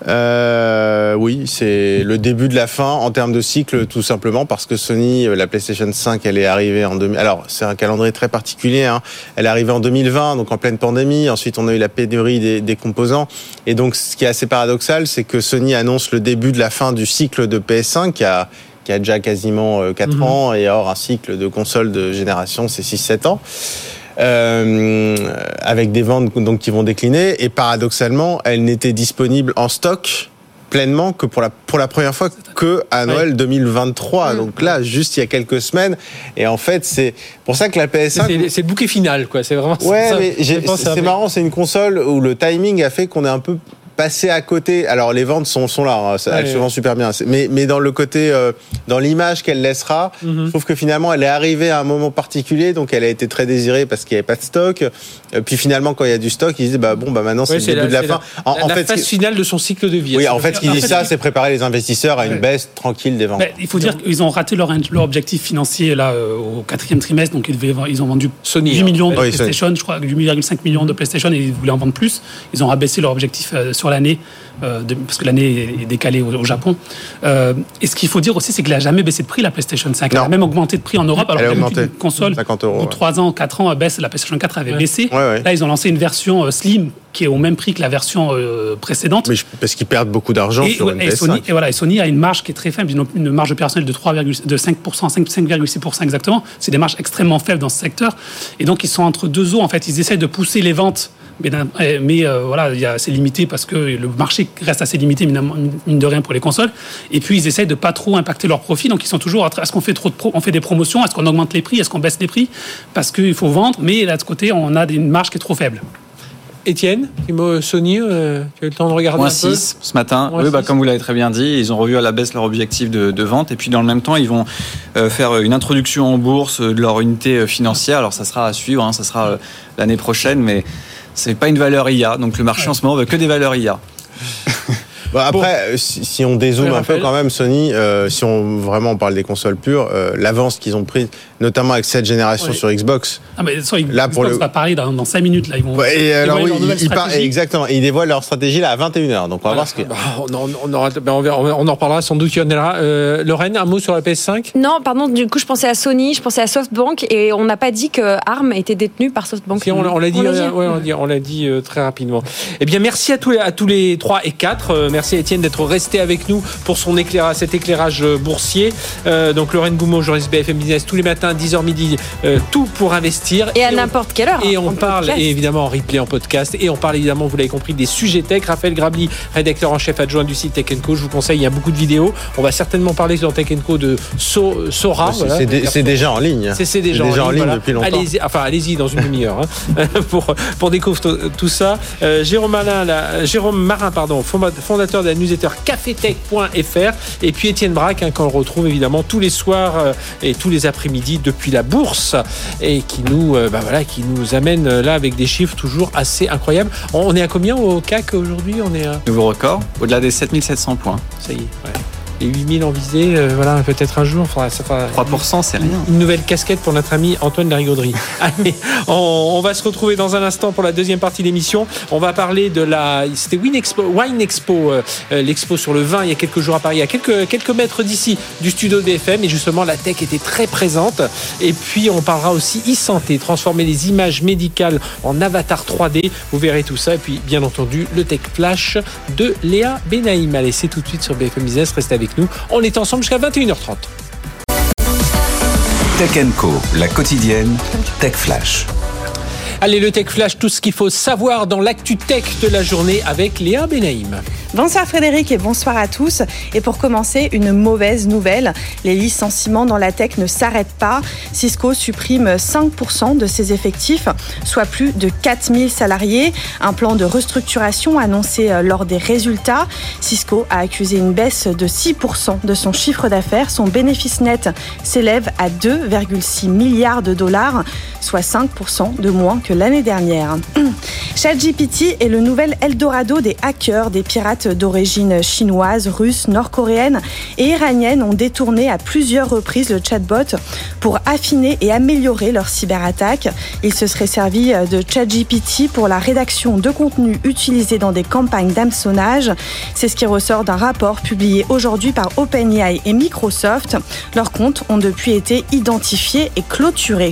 Euh, oui, c'est le début de la fin en termes de cycle, tout simplement parce que Sony, la PlayStation cinq, elle est arrivée en deux mille. Alors, c'est un calendrier très particulier. Hein. Elle est arrivée en deux mille vingt, donc en pleine pandémie. Ensuite, on a eu la pénurie des, des composants. Et donc, ce qui est assez paradoxal, c'est que Sony annonce le début de la fin du cycle de P S cinq, qui a qui a déjà quasiment quatre mmh. ans, et or un cycle de console de génération, c'est six sept ans. Euh, avec des ventes donc qui vont décliner, et paradoxalement, elle n'était disponible en stock pleinement que pour la pour la première fois que à Noël oui. deux mille vingt-trois. Mmh. Donc là, juste il y a quelques semaines, et en fait, c'est pour ça que la P S cinq c'est, c'est le bouquet final, quoi. C'est vraiment ouais, ça. Mais j'ai, c'est, c'est marrant, c'est une console où le timing a fait qu'on est un peu passer à côté. Alors les ventes sont sont là, hein, ça, ouais, elles se vendent super bien. Mais mais dans le côté, euh, dans l'image qu'elle laissera, mm-hmm. je trouve que finalement elle est arrivée à un moment particulier, donc elle a été très désirée parce qu'il n'y avait pas de stock. Euh, puis finalement quand il y a du stock, ils disent bah bon bah maintenant ouais, c'est, c'est le début la, de la fin. La, en, la en fait, phase finale de son cycle de vie. Oui, en fait ce qu'ils disent ça, c'est préparer les investisseurs à une ouais. baisse tranquille des ventes. Mais il faut dire qu'ils ont raté leur leur objectif financier là euh, au quatrième trimestre, donc ils devaient ils ont vendu Sony, huit millions de oui, PlayStation, Sony. je crois huit virgule cinq millions de PlayStation, et ils voulaient en vendre plus. Ils ont rabaissé leur objectif euh, sur l'année. Euh, de, parce que l'année est décalée au, au Japon. Euh, et ce qu'il faut dire aussi, c'est qu'elle n'a jamais baissé de prix, la PlayStation cinq. Non. Elle a même augmenté de prix en Europe. Alors qu'une console, cinquante euros, ou ouais. trois ans, quatre ans, baisse, la PlayStation quatre avait ouais. baissé. Ouais, ouais. Là, ils ont lancé une version euh, slim qui est au même prix que la version euh, précédente. Mais je, parce qu'ils perdent beaucoup d'argent et, sur ouais, une et P S cinq. Sony, et voilà, et Sony a une marge qui est très faible, une marge opérationnelle de trois de cinq pour cent, cinq virgule six pour cent exactement. C'est des marges extrêmement faibles dans ce secteur. Et donc, ils sont entre deux eaux. En fait, ils essayent de pousser les ventes Mais, mais euh, voilà, il y a, c'est limité parce que le marché reste assez limité, mine de rien, pour les consoles. Et puis, ils essayent de pas trop impacter leurs profits. Donc, ils sont toujours, est-ce qu'on fait trop de pro, on fait des promotions, est-ce qu'on augmente les prix, est-ce qu'on baisse les prix? Parce qu'il faut vendre, mais là, de ce côté, on a une marge qui est trop faible. Étienne, Sony, euh, tu as eu le temps de regarder Moins un peu six ce matin. Moins oui, bah, six. comme vous l'avez très bien dit, ils ont revu à la baisse leur objectif de, de vente. Et puis, dans le même temps, ils vont euh, faire une introduction en bourse de leur unité financière. Alors, ça sera à suivre, hein, ça sera euh, l'année prochaine, mais c'est pas une valeur I A. Donc, le marché en ce moment veut que des valeurs I A. Bon, après, bon. Si, si on dézoome un peu quand même, Sony, euh, si on vraiment on parle des consoles pures, euh, l'avance qu'ils ont prise, notamment avec cette génération ouais. sur Xbox. Ah mais ça, là Xbox pour le va parler dans, dans cinq minutes là, ils vont. Ouais, et alors oui, ils, ils parlent exactement. Et ils dévoilent leur stratégie là à vingt et une heures. Donc on va voilà. voir ce que. Bah, on, on, aura, bah, on, verra, on en reparlera sans doute. Euh, Lorraine, un mot sur la P S cinq? Non, pardon. Du coup, je pensais à Sony, je pensais à SoftBank, et on n'a pas dit que ARM était détenu par SoftBank. Si, on, on l'a dit. On l'a dit, euh, ouais, on l'a dit, on l'a dit euh, très rapidement. Eh bien, merci à tous les, à tous les trois et quatre. Euh, merci à Étienne d'être resté avec nous pour son éclairage, cet éclairage boursier. Euh, donc Lorraine Goumeau, journaliste B F M Business, tous les matins, dix heures midi, euh, tout pour investir. Et à et n'importe on, quelle heure. Et on parle et évidemment en replay, en podcast. Et on parle évidemment, vous l'avez compris, des sujets tech. Raphaël Grabli, rédacteur en chef adjoint du site Tech and Co. Je vous conseille, il y a beaucoup de vidéos. On va certainement parler dans Tech and Co de so, Sora. C'est, voilà, c'est, dé, c'est déjà en ligne. C'est, c'est déjà, c'est déjà en, en ligne, ligne voilà. depuis longtemps. Allez-y, enfin, allez-y dans une demi-heure hein, pour, pour découvrir tout, tout ça. Euh, Jérôme, Malin, la, Jérôme Marin, pardon, fondateur de la newsletter café tech point f r. Et puis Étienne Braque, hein, qu'on retrouve évidemment tous les soirs euh, et tous les après-midi depuis la bourse et qui nous, euh, bah voilà, qui nous amène euh, là avec des chiffres toujours assez incroyables. On, on est à combien au C A C aujourd'hui? On est à... Nouveau record, au-delà des sept mille sept cents points. Ça y est, ouais. Les huit mille en visée, euh, voilà, peut-être un jour. Enfin, ça fera trois pour cent, c'est rien. Une nouvelle casquette pour notre ami Antoine Larigauderie. Allez, on, on va se retrouver dans un instant pour la deuxième partie de l'émission. On va parler de la... C'était Wine Expo, Wine Expo euh, l'expo sur le vin il y a quelques jours à Paris, à quelques, quelques mètres d'ici du studio de B F M. Et justement, la tech était très présente. Et puis, on parlera aussi e-santé, transformer les images médicales en avatar trois D. Vous verrez tout ça. Et puis, bien entendu, le Tech Flash de Léa Benaïm. Allez, c'est tout de suite sur B F M Business. Restez avec nous. On est ensemble jusqu'à vingt et une heures trente. Tech and Co, la quotidienne Tech Flash. Allez, le Tech Flash, tout ce qu'il faut savoir dans l'actu tech de la journée avec Léa Benaïm. Bonsoir Frédéric et bonsoir à tous. Et pour commencer, une mauvaise nouvelle. Les licenciements dans la tech ne s'arrêtent pas. Cisco supprime cinq pour cent de ses effectifs, soit plus de quatre mille salariés. Un plan de restructuration annoncé lors des résultats. Cisco a accusé une baisse de six pour cent de son chiffre d'affaires. Son bénéfice net s'élève à deux virgule six milliards de dollars, soit cinq pour cent de moins que l'année dernière. ChatGPT est le nouvel Eldorado des hackers. Des pirates d'origine chinoise, russe, nord-coréenne et iranienne ont détourné à plusieurs reprises le chatbot pour affiner et améliorer leur cyberattaque. Ils se seraient servis de ChatGPT pour la rédaction de contenus utilisés dans des campagnes d'hameçonnage. C'est ce qui ressort d'un rapport publié aujourd'hui par OpenAI et Microsoft. Leurs comptes ont depuis été identifiés et clôturés.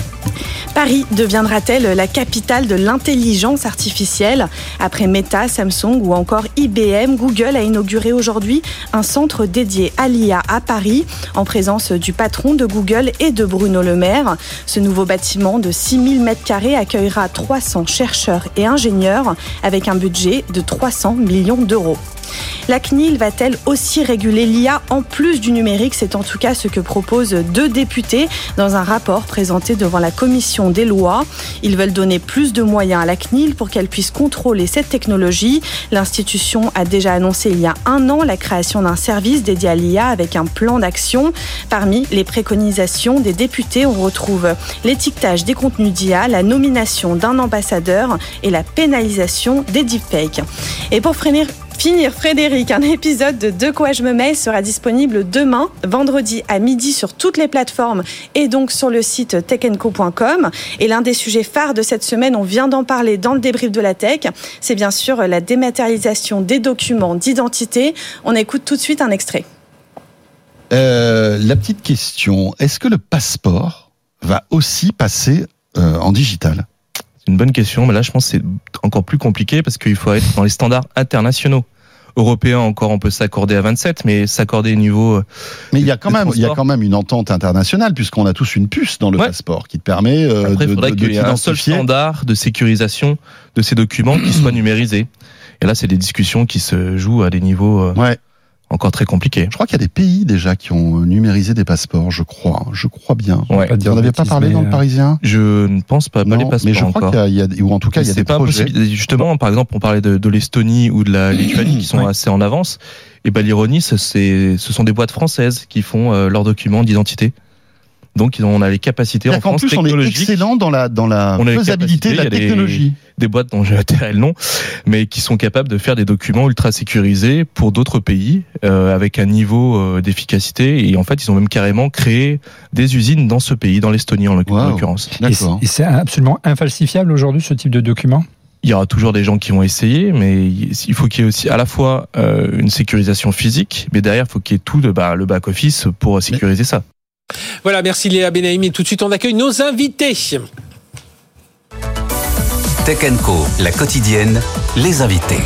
Paris deviendra-t-elle la capitale de l'intelligence artificielle? Après Meta, Samsung ou encore I B M, Google a inauguré aujourd'hui un centre dédié à l'I A à Paris, en présence du patron de Google et de Bruno Le Maire. Ce nouveau bâtiment de six mille mètres carrés accueillera trois cents chercheurs et ingénieurs avec un budget de trois cents millions d'euros. La C N I L va-t-elle aussi réguler l'I A en plus du numérique? C'est en tout cas ce que proposent deux députés dans un rapport présenté devant la commission des lois. Ils veulent donner plus de moyens à la C N I L pour qu'elle puisse contrôler cette technologie. L'institution a déjà annoncé il y a un an la création d'un service dédié à l'I A avec un plan d'action. Parmi les préconisations des députés, on retrouve l'étiquetage des contenus d'I A, la nomination d'un ambassadeur et la pénalisation des deepfakes. Et pour finir, Finir, Frédéric, un épisode de De quoi je me mêle sera disponible demain, vendredi à midi sur toutes les plateformes et donc sur le site tech and co point com. Et l'un des sujets phares de cette semaine, on vient d'en parler dans le débrief de la tech, c'est bien sûr la dématérialisation des documents d'identité. On écoute tout de suite un extrait. Euh, la petite question, est-ce que le passeport va aussi passer euh, en digital ? C'est une bonne question, mais là je pense que c'est encore plus compliqué parce qu'il faut être dans les standards internationaux. européen encore, on peut s'accorder à vingt-sept, mais s'accorder au niveau. Mais il y a quand même, il y a quand même une entente internationale puisqu'on a tous une puce dans le ouais. passeport qui te permet euh, Après, de, il faudrait de, qu'il y ait un seul standard de sécurisation de ces documents qui soit numérisé. Et là, c'est des discussions qui se jouent à des niveaux. Euh, ouais. Encore très compliqué. Je crois qu'il y a des pays déjà qui ont numérisé des passeports, je crois. Je crois bien. Ouais. Vous n'en avez pas parlé dans le Parisien ? Je ne pense pas, non, pas les passeports mais je crois encore. qu'il y a, il y a, ou en tout cas, il y a des pas projets. Impossible. Justement, par exemple, on parlait de, de l'Estonie ou de la Lituanie qui sont ouais. assez en avance. Et ben, l'ironie, c'est, ce sont des boîtes françaises qui font euh, leurs documents d'identité. Donc, on a les capacités en France technologiques. En plus, on est excellent dans la, dans la faisabilité de la technologie. Des, des boîtes dont j'ai atterré le nom, mais qui sont capables de faire des documents ultra sécurisés pour d'autres pays, euh, avec un niveau euh, d'efficacité. Et en fait, ils ont même carrément créé des usines dans ce pays, dans l'Estonie en l'occurrence. Wow. D'accord. Et c'est absolument infalsifiable aujourd'hui, ce type de document ? Il y aura toujours des gens qui vont essayer, mais il faut qu'il y ait aussi à la fois euh, une sécurisation physique, mais derrière, il faut qu'il y ait tout de, bah, le back-office pour sécuriser mais... ça. Voilà, merci Léa Benaïm. Et tout de suite, on accueille nos invités. Tech and Co, la quotidienne, les invités.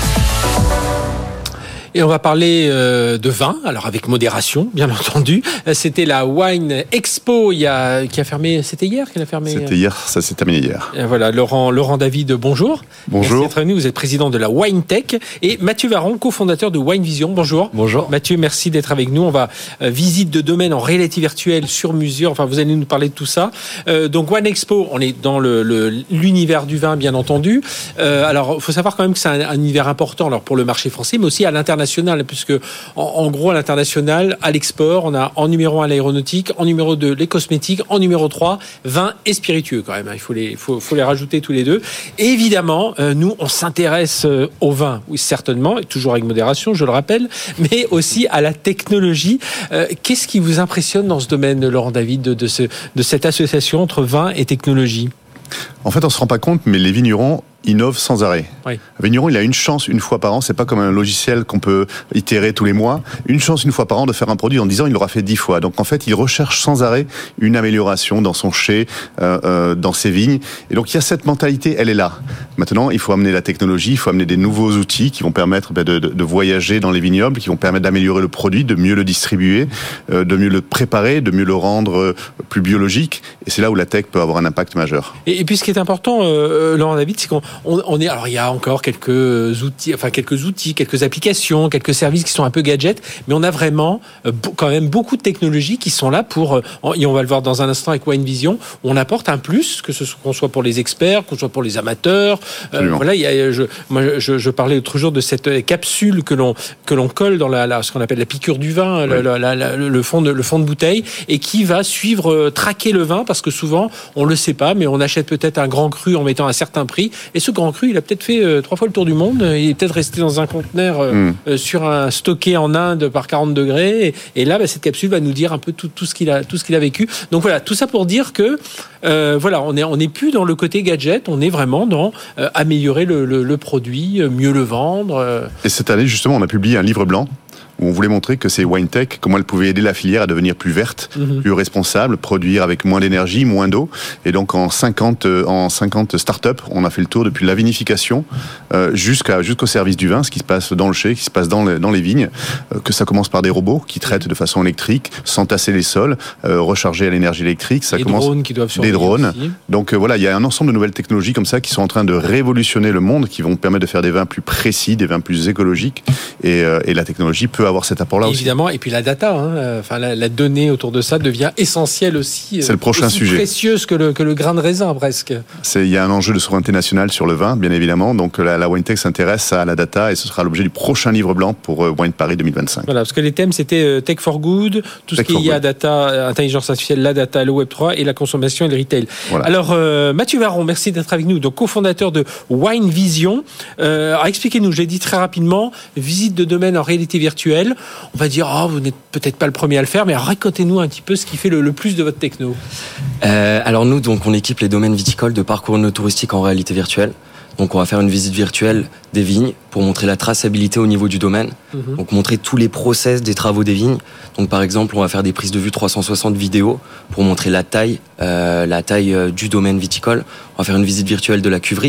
Et on va parler euh, de vin, alors avec modération, bien entendu. C'était la Wine Expo il y a, qui a fermé, c'était hier qu'elle a fermé. C'était hier, ça s'est terminé hier. Et voilà, Laurent, Laurent David, bonjour. Bonjour. Merci d'être venu, vous êtes président de la Wine Tech. Et Mathieu Varron, cofondateur de Wine Vision, bonjour. Bonjour. Mathieu, merci d'être avec nous. On va euh, visite de domaine en réalité virtuelle sur mesure. Enfin, vous allez nous parler de tout ça. Euh, donc Wine Expo, on est dans le, le, l'univers du vin, bien entendu. Euh, alors, il faut savoir quand même que c'est un, un univers important alors, pour le marché français, mais aussi à l'international. Puisque en, en gros à l'international, à l'export, on a en numéro un l'aéronautique, en numéro deux les cosmétiques, en numéro trois vin et spiritueux quand même. Il faut les, faut, faut les rajouter tous les deux. Et évidemment, euh, nous on s'intéresse euh, au vin, oui certainement, et toujours avec modération, je le rappelle, mais aussi à la technologie. Euh, qu'est-ce qui vous impressionne dans ce domaine, Laurent David, de, de, ce, de cette association entre vin et technologie ? En fait, on se rend pas compte, mais les vignerons innove sans arrêt. Oui. Un vigneron, il a une chance une fois par an. C'est pas comme un logiciel qu'on peut itérer tous les mois. Une chance une fois par an de faire un produit en dix ans, il l'aura fait dix fois. Donc en fait, il recherche sans arrêt une amélioration dans son chai, euh, euh, dans ses vignes. Et donc il y a cette mentalité, elle est là. Maintenant, il faut amener la technologie, il faut amener des nouveaux outils qui vont permettre ben, de, de, de voyager dans les vignobles, qui vont permettre d'améliorer le produit, de mieux le distribuer, euh, de mieux le préparer, de mieux le rendre plus biologique. Et c'est là où la tech peut avoir un impact majeur. Et, et puis ce qui est important, euh, Laurent David, c'est qu'on On, on est, alors il y a encore quelques outils, enfin quelques outils, quelques applications, quelques services qui sont un peu gadgets, mais on a vraiment euh, quand même beaucoup de technologies qui sont là pour, euh, et on va le voir dans un instant avec Wine Vision, on apporte un plus, que ce soit, qu'on soit pour les experts, qu'on soit pour les amateurs. Euh, voilà, il y a, je, moi je, je parlais l'autre jour de cette capsule que l'on que l'on colle dans la, la ce qu'on appelle la piqûre du vin, oui. la, la, la, le fond de le fond de bouteille, et qui va suivre, euh, traquer le vin, parce que souvent on le sait pas, mais on achète peut-être un grand cru en mettant un certain prix, et ce grand cru, il a peut-être fait euh, trois fois le tour du monde. Il est peut-être resté dans un conteneur euh, mm. euh, sur un stocké en Inde par quarante degrés. Et, et là, bah, cette capsule va nous dire un peu tout, tout ce qu'il a, tout ce qu'il a vécu. Donc voilà, tout ça pour dire que euh, voilà, on est, on n'est plus dans le côté gadget. On est vraiment dans euh, améliorer le, le, le produit, mieux le vendre. Euh. Et cette année, justement, on a publié un livre blanc où on voulait montrer que ces wine tech, comment elles pouvaient aider la filière à devenir plus verte, mmh. plus responsable, produire avec moins d'énergie, moins d'eau. Et donc en cinquante, en cinquante startups, on a fait le tour depuis la vinification euh, jusqu'à jusqu'au service du vin, ce qui se passe dans le chai, ce qui se passe dans les, dans les vignes, euh, que ça commence par des robots qui traitent de façon électrique, sans tasser les sols, euh, rechargés à l'énergie électrique. Ça des commence drones qui doivent des drones. Aussi. Donc euh, voilà, il y a un ensemble de nouvelles technologies comme ça qui sont en train de révolutionner le monde, qui vont permettre de faire des vins plus précis, des vins plus écologiques. Et, euh, et la technologie peut avoir cet apport-là aussi. Évidemment, et puis la data, hein, enfin la, la donnée autour de ça devient essentielle aussi. C'est le prochain aussi sujet. Précieuse que le que le grain de raisin presque. C'est il y a un enjeu de souveraineté nationale sur le vin, bien évidemment. Donc la, la WineTech s'intéresse à la data et ce sera l'objet du prochain livre blanc pour euh, Wine Paris deux mille vingt-cinq. Voilà, parce que les thèmes c'était euh, Tech for Good, tout Tech ce qui est à data, intelligence artificielle, la data, le Web trois et la consommation et le retail. Voilà. Alors euh, Mathieu Varron, merci d'être avec nous, donc cofondateur de Wine Vision. Euh, alors expliquez-nous, je l'ai dit très rapidement, visite de domaine en réalité virtuelle. On va dire, oh, vous n'êtes peut-être pas le premier à le faire, mais racontez-nous un petit peu ce qui fait le, le plus de votre techno. Euh, alors nous, donc, on équipe les domaines viticoles de parcours no touristique en réalité virtuelle. Donc on va faire une visite virtuelle des vignes pour montrer la traçabilité au niveau du domaine. Mmh. Donc montrer tous les process des travaux des vignes. Donc par exemple, on va faire des prises de vue trois cent soixante vidéos pour montrer la taille, euh, la taille euh, du domaine viticole. On va faire une visite virtuelle de la cuverie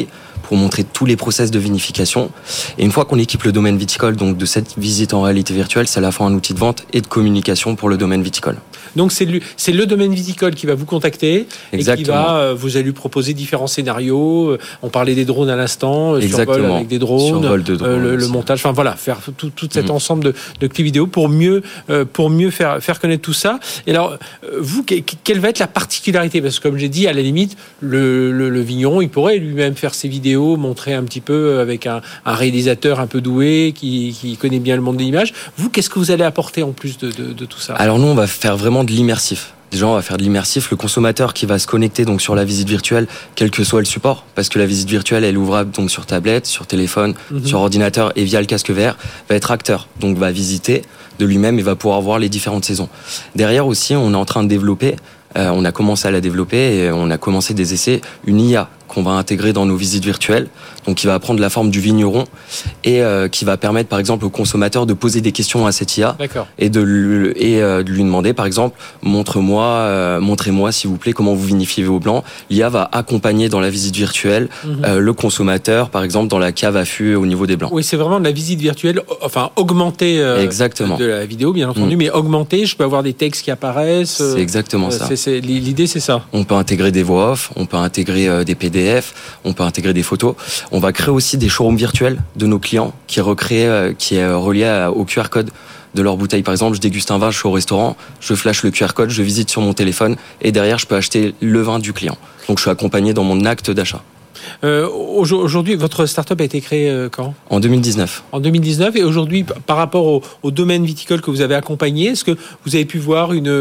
pour montrer tous les process de vinification. Et une fois qu'on équipe le domaine viticole, donc de cette visite en réalité virtuelle, c'est à la fois un outil de vente et de communication pour le domaine viticole. Donc c'est le, c'est le domaine viticole qui va vous contacter. Exactement. Et qui va, euh, vous allez lui proposer différents scénarios. On parlait des drones à l'instant, euh, survol avec des drones, survol de drones euh, le, le montage, enfin voilà, faire tout, tout cet mmh. ensemble de, de clips vidéo pour mieux, euh, pour mieux faire, faire connaître tout ça. Et alors, euh, vous, que, quelle va être la particularité? Parce que comme j'ai dit, à la limite, le, le, le vigneron, il pourrait lui-même faire ses vidéos, montrer un petit peu avec un, un réalisateur un peu doué qui, qui connaît bien le monde de l'image. Vous, qu'est-ce que vous allez apporter en plus de, de, de tout ça? Alors nous, on va faire vraiment de l'immersif. Déjà, on va faire de l'immersif. Le consommateur qui va se connecter donc sur la visite virtuelle, quel que soit le support, parce que la visite virtuelle, elle est ouvrable donc sur tablette, sur téléphone, mmh. sur ordinateur et via le casque V R, va être acteur. Donc, va visiter de lui-même et va pouvoir voir les différentes saisons. Derrière aussi, on est en train de développer, euh, on a commencé à la développer et on a commencé des essais, une I A qu'on va intégrer dans nos visites virtuelles, donc qui va prendre la forme du vigneron et euh, qui va permettre par exemple au consommateur de poser des questions à cette I A. D'accord. et de lui, et euh, de lui demander par exemple montre-moi, euh, montrez-moi s'il vous plaît comment vous vinifiez vos blancs. L'I A va accompagner dans la visite virtuelle mmh. euh, le consommateur par exemple dans la cave à fût au niveau des blancs. Oui, c'est vraiment de la visite virtuelle, enfin augmentée euh, exactement. de la vidéo bien entendu, mmh. mais augmentée. Je peux avoir des textes qui apparaissent. C'est exactement euh, ça. C'est, c'est, l'idée c'est ça. On peut intégrer des voix off, on peut intégrer euh, des P D F, on peut intégrer des photos. On va créer aussi des showrooms virtuels de nos clients qui est recréé, euh, qui est relié à, au Q R code de leur bouteille. Par exemple, je déguste un vin, je suis au restaurant, je flash le Q R code, je visite sur mon téléphone et derrière, je peux acheter le vin du client. Donc, je suis accompagné dans mon acte d'achat. Euh, aujourd'hui, votre start-up a été créée euh, quand? En deux mille dix-neuf. En deux mille dix-neuf. Et aujourd'hui, par rapport au, au domaine viticole que vous avez accompagné, est-ce que vous avez pu voir une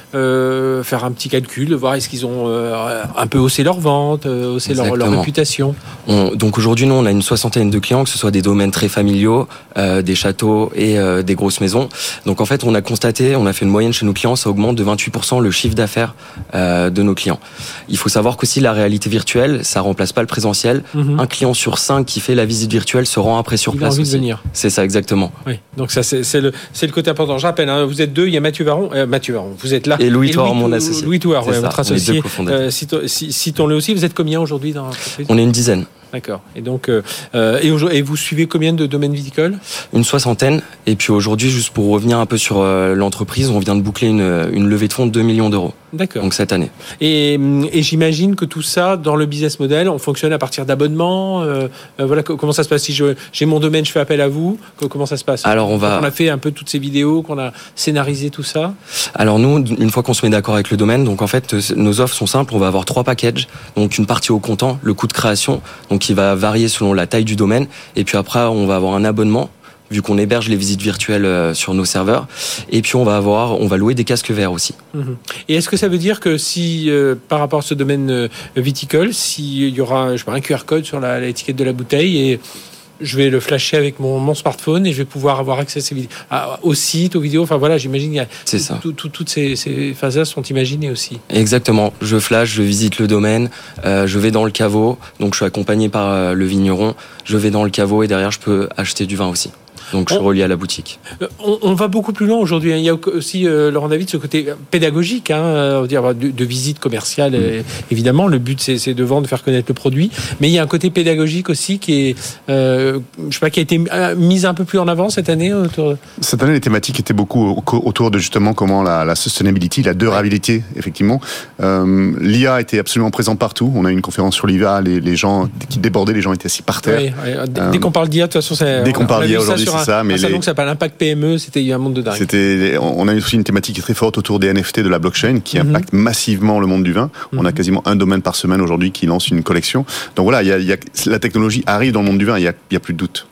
euh, faire un petit calcul, voir est-ce qu'ils ont euh, un peu haussé leur vente, euh, haussé leur, leur réputation? On, donc aujourd'hui, nous, on a une soixantaine de clients, que ce soit des domaines très familiaux, euh, des châteaux et euh, des grosses maisons. Donc en fait, on a constaté, on a fait une moyenne chez nos clients, ça augmente de vingt-huit pour cent le chiffre d'affaires euh, de nos clients. Il faut savoir qu'aussi la réalité virtuelle, ça remplace pas le présentiel. Mmh. Un client sur cinq qui fait la visite virtuelle se rend après sur il place. Il a envie aussi. de venir. C'est ça, exactement. Oui. Donc ça, c'est, c'est, le, c'est le côté important. Je rappelle, hein, vous êtes deux, il y a Mathieu Varon, euh, Mathieu Varon, vous êtes là. Et Louis Touard, mon associé. Louis Touard, ouais, votre associé. Euh, citons-le aussi. Vous êtes combien aujourd'hui dans l'entreprise? On est une dizaine. D'accord. Et donc, euh, et, et vous suivez combien de domaines viticoles? Une soixantaine. Et puis aujourd'hui, juste pour revenir un peu sur euh, l'entreprise, on vient de boucler une, une levée de fonds de deux millions d'euros. D'accord. Donc cette année. Et, et j'imagine que tout ça, dans le business model, on fonctionne à partir d'abonnements. Euh, euh, voilà, comment ça se passe? Si je, j'ai mon domaine, je fais appel à vous. Comment ça se passe? Alors on va. On a fait un peu toutes ces vidéos, qu'on a scénarisé tout ça. Alors nous, une fois qu'on se met d'accord avec le domaine, donc en fait, nos offres sont simples. On va avoir trois packages. Donc une partie au comptant, le coût de création, donc qui va varier selon la taille du domaine. Et puis après, on va avoir un abonnement, vu qu'on héberge les visites virtuelles sur nos serveurs. Et puis on va avoir, on va louer des casques V R aussi. Mmh. Et est-ce que ça veut dire que si, euh, par rapport à ce domaine euh, viticole, s'il y aura, je sais pas, un Q R code sur la, l'étiquette de la bouteille et je vais le flasher avec mon, mon smartphone et je vais pouvoir avoir accès à ces vidéos, à, au site, aux vidéos. Enfin voilà, j'imagine qu'il y a c'est ça. Tout, tout, toutes ces, ces phases-là sont imaginées aussi. Exactement. Je flash, je visite le domaine, euh, je vais dans le caveau. Donc je suis accompagné par euh, le vigneron. Je vais dans le caveau et derrière je peux acheter du vin aussi. Donc je suis relié à la boutique. On, on va beaucoup plus loin aujourd'hui. Il y a aussi, euh, Laurent David, ce côté pédagogique, hein, on va dire, de, de visite commerciale. Et, évidemment, le but c'est, c'est de vendre, de faire connaître le produit. Mais il y a un côté pédagogique aussi qui est, euh, je sais pas, qui a été mise un peu plus en avant cette année. Autour... Cette année, les thématiques étaient beaucoup autour de justement comment la, la sustainability, la durabilité, effectivement. Euh, L'I A était absolument présent partout. On a eu une conférence sur l'I A, les, les gens qui débordaient, les gens étaient assis par terre. Oui, oui. Dès, euh, dès qu'on parle d'I A, de toute façon, c'est. Dès qu'on parle d'I A aujourd'hui, c'est un, ça. Mais un salon les... qui s'appelle Impact P M E, c'était il y a un monde de dingue. C'était, on a aussi une thématique qui est très forte autour des N F T, de la blockchain, qui mm-hmm. impacte massivement le monde du vin. Mm-hmm. On a quasiment un domaine par semaine aujourd'hui qui lance une collection. Donc voilà, il y a, il y a, la technologie arrive dans le monde du vin, il y a, il y a plus de doute.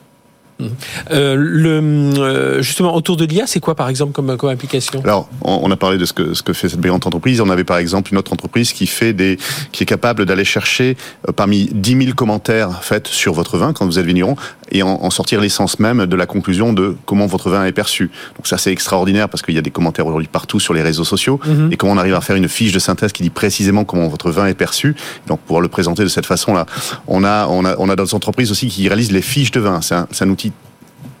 Euh, le, euh, justement, autour de l'I A, c'est quoi par exemple comme, comme application? Alors, on, on a parlé de ce que, ce que fait cette brillante entreprise. On avait par exemple une autre entreprise qui fait des, qui est capable d'aller chercher euh, parmi dix mille commentaires faits sur votre vin quand vous êtes vigneron et en, en sortir l'essence même de la conclusion de comment votre vin est perçu. Donc ça, c'est extraordinaire parce qu'il y a des commentaires aujourd'hui partout sur les réseaux sociaux mm-hmm. et comment on arrive à faire une fiche de synthèse qui dit précisément comment votre vin est perçu. Donc pouvoir le présenter de cette façon-là. On a, on a, on a d'autres entreprises aussi qui réalisent les fiches de vin. C'est un, c'est un outil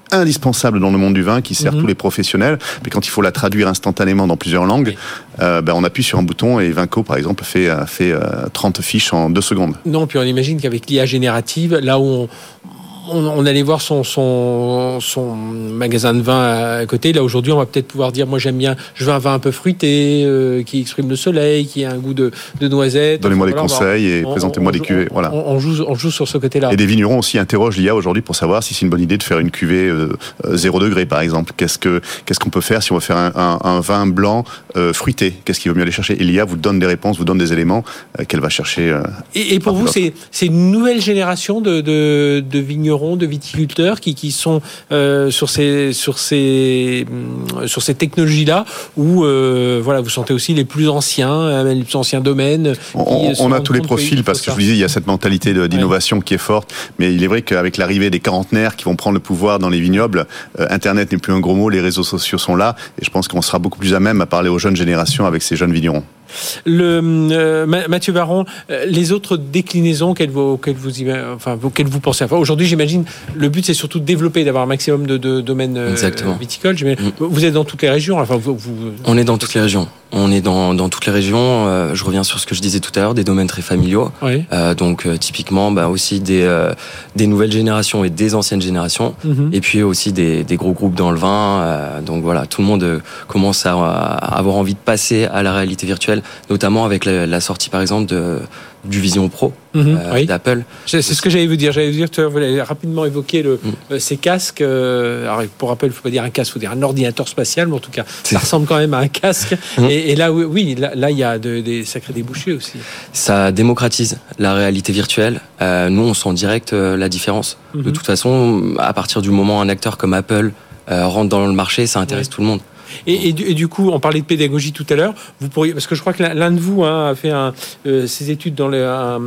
indispensable dans le monde du vin, qui sert mmh. tous les professionnels. Mais quand il faut la traduire instantanément dans plusieurs langues, oui. euh, ben on appuie sur un bouton et Vinco, par exemple, fait, fait euh, trente fiches en deux secondes. Non, puis on imagine qu'avec l'I A générative, là où on... On, on allait voir son, son, son magasin de vin à côté. Là, aujourd'hui, on va peut-être pouvoir dire, moi, j'aime bien, je veux un vin un peu fruité, euh, qui exprime le soleil, qui a un goût de, de noisette. Donnez-moi enfin, des voilà, conseils et on, présentez-moi on, des cuvées. Voilà. On, on, joue, on joue sur ce côté-là. Et des vignerons aussi interrogent l'I A aujourd'hui pour savoir si c'est une bonne idée de faire une cuvée euh, zéro degré, par exemple. Qu'est-ce, que, qu'est-ce qu'on peut faire si on veut faire un, un, un vin blanc euh, fruité? Qu'est-ce qu'il vaut mieux aller chercher? Et l'I A vous donne des réponses, vous donne des éléments euh, qu'elle va chercher. Euh, et, et pour vous, c'est, c'est une nouvelle génération de, de, de vignerons, de viticulteurs Qui, qui sont euh, sur ces sur ces sur ces technologies-là où euh, voilà, vous sentez aussi les plus anciens, les plus anciens domaines. On, on a tous les profils parce que je vous disais, il y a cette mentalité de, d'innovation ouais. qui est forte. Mais il est vrai qu'avec l'arrivée des quarantenaires qui vont prendre le pouvoir dans les vignobles, euh, Internet n'est plus un gros mot, les réseaux sociaux sont là, et je pense qu'on sera beaucoup plus à même à parler aux jeunes générations avec ces jeunes vignerons. Le, euh, Mathieu Baron, les autres déclinaisons auxquelles vous, auxquelles vous, enfin, auxquelles vous pensez. Enfin, aujourd'hui, j'imagine, le but c'est surtout de développer, d'avoir un maximum de, de domaines euh, viticoles. Mmh. Vous êtes dans toutes les régions. Enfin, vous, vous... On est dans toutes les régions. On est dans, dans toutes les régions. Euh, je reviens sur ce que je disais tout à l'heure, des domaines très familiaux. Oui. Euh, donc, euh, typiquement, bah, aussi des, euh, des nouvelles générations et des anciennes générations. Mmh. Et puis aussi des, des gros groupes dans le vin. Euh, donc voilà, tout le monde euh, commence à, à avoir envie de passer à la réalité virtuelle, notamment avec la, la sortie, par exemple, de, du Vision Pro mmh, euh, oui. d'Apple. C'est, c'est ce que j'allais vous dire. J'allais vous dire, vous avez rapidement évoqué le, mmh. ces casques. Euh, alors, pour rappel, il ne faut pas dire un casque, il faut dire un ordinateur spatial, mais en tout cas, c'est... ça ressemble quand même à un casque. Mmh. Et, et là, oui, là, là, il y a de, des sacrés débouchés aussi. Ça démocratise la réalité virtuelle. Euh, nous, on sent direct euh, la différence. Mmh. De toute façon, à partir du moment où un acteur comme Apple euh, rentre dans le marché, ça intéresse oui. tout le monde. Et, et, du, et du coup, on parlait de pédagogie tout à l'heure. Vous pourriez, parce que je crois que l'un de vous hein, a fait un, euh, ses études dans le, un,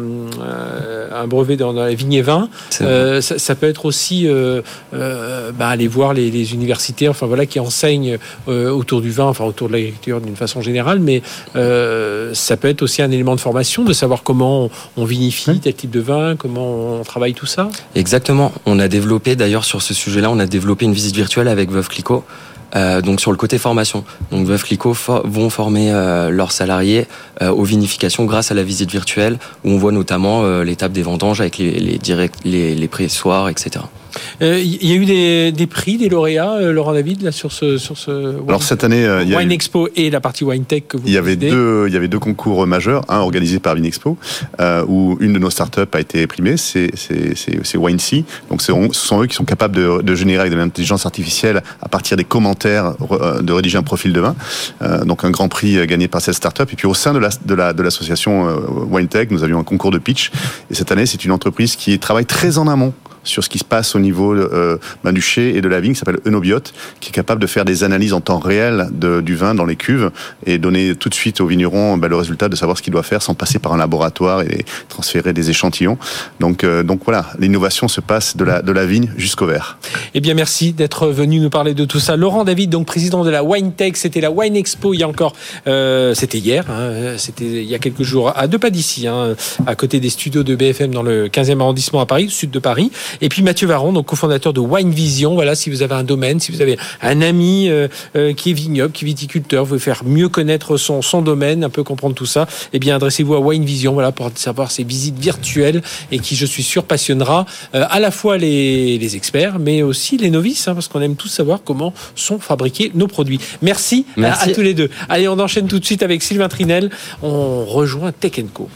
un brevet dans, dans la vigne et vin. Euh, ça, ça peut être aussi euh, euh, bah, aller voir les, les universitaires, enfin voilà, qui enseignent euh, autour du vin, enfin autour de l'agriculture d'une façon générale. Mais euh, ça peut être aussi un élément de formation, de savoir comment on, on vinifie oui. tel type de vin, comment on travaille tout ça. Exactement. On a développé, d'ailleurs, sur ce sujet-là, on a développé une visite virtuelle avec Veuve Clicquot. Euh, donc sur le côté formation, donc Veuve Clicquot for- vont former euh, leurs salariés euh, aux vinifications grâce à la visite virtuelle où on voit notamment euh, l'étape des vendanges avec les les, direct, les, les pressoirs, et cetera. Il euh, y a eu des, des prix, des lauréats, euh, Laurent David, là sur ce sur ce. Wine, Alors cette année, euh, il y a Wine eu... Expo et la partie Wine Tech que vous. Il y avait deux, il y avait deux concours majeurs, un organisé par Vinexpo, euh, où une de nos startups a été primée, c'est c'est c'est, c'est WineSea. Donc c'est, ce sont eux qui sont capables de, de générer avec de l'intelligence artificielle à partir des commentaires de rédiger un profil de vin. Euh, donc un grand prix gagné par cette startup. Et puis au sein de la de la de l'association euh, WineTech, nous avions un concours de pitch. Et cette année, c'est une entreprise qui travaille très en amont sur ce qui se passe au niveau euh, ben, du chai et de la vigne, qui s'appelle Enobiote, qui est capable de faire des analyses en temps réel de, du vin dans les cuves et donner tout de suite aux vignerons ben, le résultat de savoir ce qu'il doit faire sans passer par un laboratoire et transférer des échantillons. Donc, euh, donc voilà, l'innovation se passe de la, de la vigne jusqu'au verre. Eh bien, merci d'être venu nous parler de tout ça. Laurent David, donc président de la WineTech, c'était la Wine Expo il y a encore, euh, c'était hier, hein, c'était il y a quelques jours, à deux pas d'ici, hein, à côté des studios de B F M dans le quinzième arrondissement à Paris, sud de Paris. Et puis Mathieu Baron, donc cofondateur de Wine Vision. Voilà, si vous avez un domaine, si vous avez un ami euh, euh, qui est vignoble, qui est viticulteur, vous voulez faire mieux connaître son, son domaine, un peu comprendre tout ça, eh bien adressez-vous à Wine Vision, voilà, pour savoir ces visites virtuelles et qui, je suis sûr, passionnera euh, à la fois les, les experts, mais aussi les novices, hein, parce qu'on aime tous savoir comment sont fabriqués nos produits. Merci, Merci. À, à tous les deux. Allez, on enchaîne tout de suite avec Sylvain Trinel. On rejoint Tech and Co.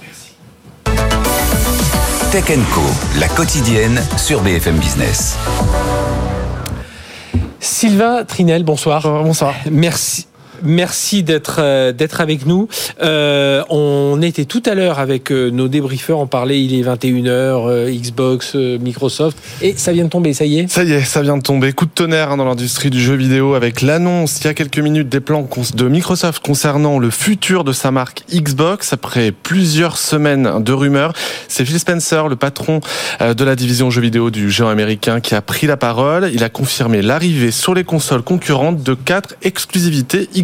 Tech and Co, la quotidienne sur B F M Business. Sylvain Trinel, bonsoir. Bonsoir. Merci. Merci d'être euh, d'être avec nous. Euh, on était tout à l'heure avec euh, nos débriefeurs, on parlait, il est vingt et une heures, euh, Xbox, euh, Microsoft, et ça vient de tomber, ça y est Ça y est, ça vient de tomber. Coup de tonnerre hein, dans l'industrie du jeu vidéo avec l'annonce il y a quelques minutes des plans de Microsoft concernant le futur de sa marque Xbox. Après plusieurs semaines de rumeurs, c'est Phil Spencer, le patron euh, de la division jeux vidéo du géant américain, qui a pris la parole. Il a confirmé l'arrivée sur les consoles concurrentes de quatre exclusivités Xbox.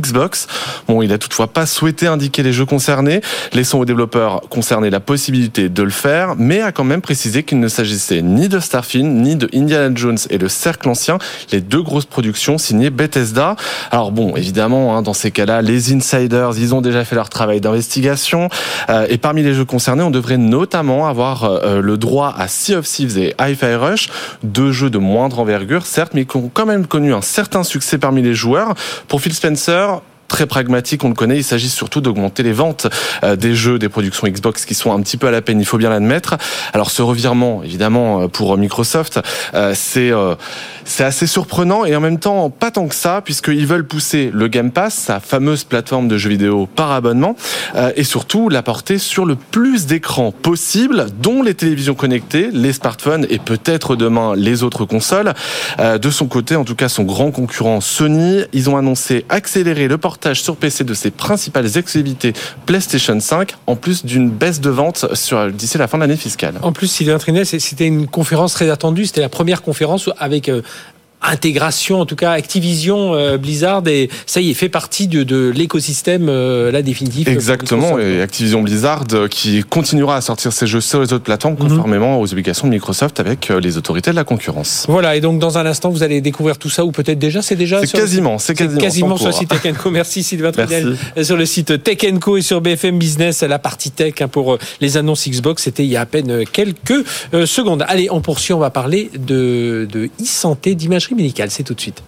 Xbox. Bon, il a toutefois pas souhaité indiquer les jeux concernés, laissant aux développeurs concernés la possibilité de le faire, mais a quand même précisé qu'il ne s'agissait ni de Starfield, ni de Indiana Jones et le Cercle Ancien, les deux grosses productions signées Bethesda. Alors bon, évidemment, hein, dans ces cas-là, les insiders, ils ont déjà fait leur travail d'investigation, euh, et parmi les jeux concernés, on devrait notamment avoir euh, le droit à Sea of Thieves et Hi-Fi Rush, deux jeux de moindre envergure, certes, mais qui ont quand même connu un certain succès parmi les joueurs. Pour Phil Spencer, très pragmatique, on le connaît, il s'agit surtout d'augmenter les ventes euh, des jeux, des productions Xbox qui sont un petit peu à la peine, il faut bien l'admettre. Alors ce revirement, évidemment, pour Microsoft, euh, c'est euh, c'est assez surprenant et en même temps pas tant que ça, puisqu'ils veulent pousser le Game Pass, sa fameuse plateforme de jeux vidéo par abonnement, euh, et surtout la porter sur le plus d'écrans possible, dont les télévisions connectées, les smartphones et peut-être demain les autres consoles. Euh, de son côté, en tout cas son grand concurrent Sony, ils ont annoncé accélérer le portage sur P C de ses principales exclusivités PlayStation cinq, en plus d'une baisse de vente sur, d'ici la fin de l'année fiscale. En plus, Sylvain Trinet, c'était une conférence très attendue, c'était la première conférence avec euh, intégration, en tout cas Activision, euh, Blizzard, et ça y est, fait partie de, de l'écosystème euh, là définitif. Exactement, et Activision Blizzard euh, qui continuera à sortir ses jeux sur les autres plateformes conformément mm-hmm. aux obligations de Microsoft avec euh, les autorités de la concurrence. Voilà, et donc dans un instant, vous allez découvrir tout ça, ou peut-être déjà, c'est déjà C'est sur quasiment, le, c'est quasiment, c'est quasiment sur le site Tech and Co. Merci Sylvain Trinel. Sur le site Tech and Co et sur B F M Business, la partie tech hein, pour les annonces Xbox, c'était il y a à peine quelques euh, secondes. Allez, on poursuit, on va parler de, de e-santé, d'imagerie médicale, c'est tout de suite.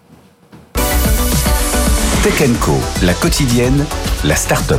Tech and Co, la quotidienne, la start-up.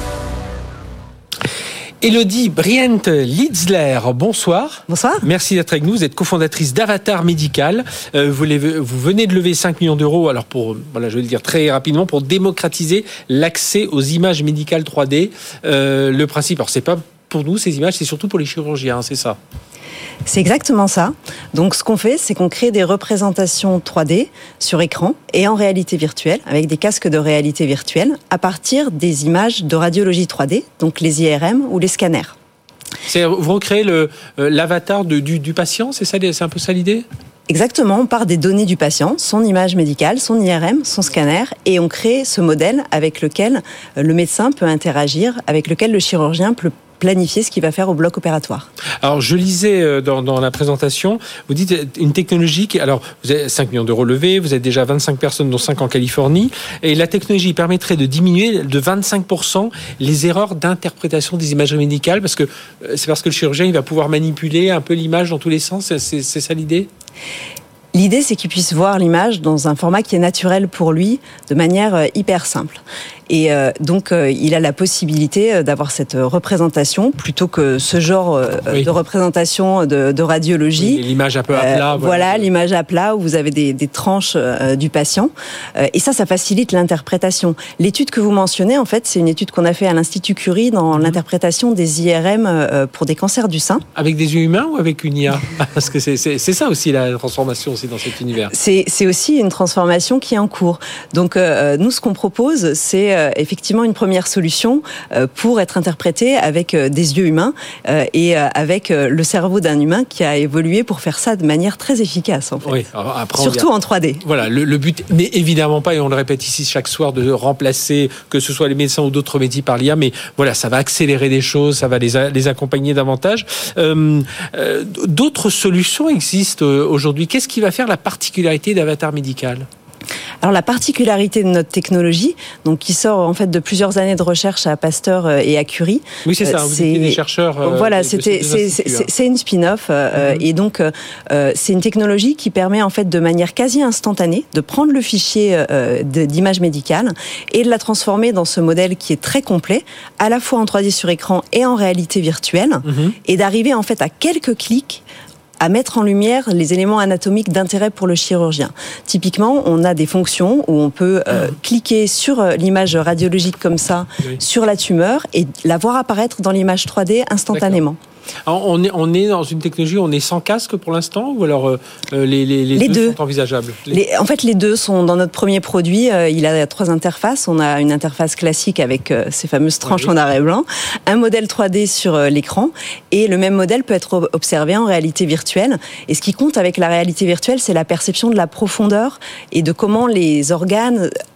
Élodie Brient-Litzler, bonsoir. Bonsoir. Merci d'être avec nous. Vous êtes cofondatrice d'Avatar Médical. Euh, vous, vous venez de lever cinq millions d'euros, alors pour, voilà, je vais le dire très rapidement, pour démocratiser l'accès aux images médicales trois D. Euh, le principe, alors c'est pas pour nous ces images, c'est surtout pour les chirurgiens, c'est ça? C'est exactement ça. Donc ce qu'on fait, c'est qu'on crée des représentations trois D sur écran et en réalité virtuelle, avec des casques de réalité virtuelle, à partir des images de radiologie trois D, donc les I R M ou les scanners. C'est, vous recréez le, euh, l'avatar de, du, du patient, c'est ça, c'est un peu ça l'idée ? Exactement, on part des données du patient, son image médicale, son I R M, son scanner, et on crée ce modèle avec lequel le médecin peut interagir, avec lequel le chirurgien peut planifier ce qu'il va faire au bloc opératoire. Alors, je lisais dans, dans la présentation, vous dites une technologie qui, alors, vous avez cinq millions d'euros levés, vous êtes déjà vingt-cinq personnes, dont cinq en Californie, et la technologie permettrait de diminuer de vingt-cinq pour cent les erreurs d'interprétation des imageries médicales, parce que c'est parce que le chirurgien, il va pouvoir manipuler un peu l'image dans tous les sens, c'est, c'est, c'est ça l'idée ? L'idée, c'est qu'il puisse voir l'image dans un format qui est naturel pour lui, de manière hyper simple. Et euh, donc, euh, il a la possibilité d'avoir cette représentation plutôt que ce genre euh, oui. de représentation de, de radiologie. Oui, l'image un peu à plat. Euh, voilà, voilà l'image à plat où vous avez des, des tranches euh, du patient. Euh, et ça, ça facilite l'interprétation. L'étude que vous mentionnez, en fait, c'est une étude qu'on a fait à l'Institut Curie dans mmh. l'interprétation des I R M euh, pour des cancers du sein. Avec des yeux humains ou avec une I A ? Parce que c'est, c'est, c'est ça aussi la transformation aussi dans cet univers. C'est, c'est aussi une transformation qui est en cours. Donc, euh, nous, ce qu'on propose, c'est effectivement une première solution pour être interprété avec des yeux humains et avec le cerveau d'un humain qui a évolué pour faire ça de manière très efficace en fait. Oui, après, surtout en trois D. Voilà, le, le but n'est évidemment pas, et on le répète ici chaque soir, de remplacer que ce soit les médecins ou d'autres métiers par l'I A, mais voilà, ça va accélérer des choses, ça va les, les accompagner davantage. Euh, euh, d'autres solutions existent aujourd'hui. Qu'est-ce qui va faire la particularité d'Avatar Médical ? Alors la particularité de notre technologie, donc qui sort en fait de plusieurs années de recherche à Pasteur et à Curie. Oui, c'est ça. Vous c'est... étiez des chercheurs. Euh, voilà, de, c'était, de c'est, c'est, c'est une spin-off euh, mm-hmm. et donc euh, c'est une technologie qui permet en fait de manière quasi instantanée de prendre le fichier euh, de, d'image médicale et de la transformer dans ce modèle qui est très complet, à la fois en trois D sur écran et en réalité virtuelle, mm-hmm. et d'arriver en fait à quelques clics à mettre en lumière les éléments anatomiques d'intérêt pour le chirurgien. Typiquement, on a des fonctions où on peut euh, cliquer sur l'image radiologique comme ça, oui. sur la tumeur, et la voir apparaître dans l'image trois D instantanément. D'accord. Alors, on est, on est dans une technologie où on est sans casque pour l'instant, ou alors euh, les, les, les, les deux, deux sont envisageables les... Les, En fait, les deux sont dans notre premier produit. Euh, il a trois interfaces. On a une interface classique avec euh, ces fameuses tranches oui. en noir et blanc, un modèle trois D sur euh, l'écran, et le même modèle peut être observé en réalité virtuelle. Et ce qui compte avec la réalité virtuelle, c'est la perception de la profondeur et de comment les organes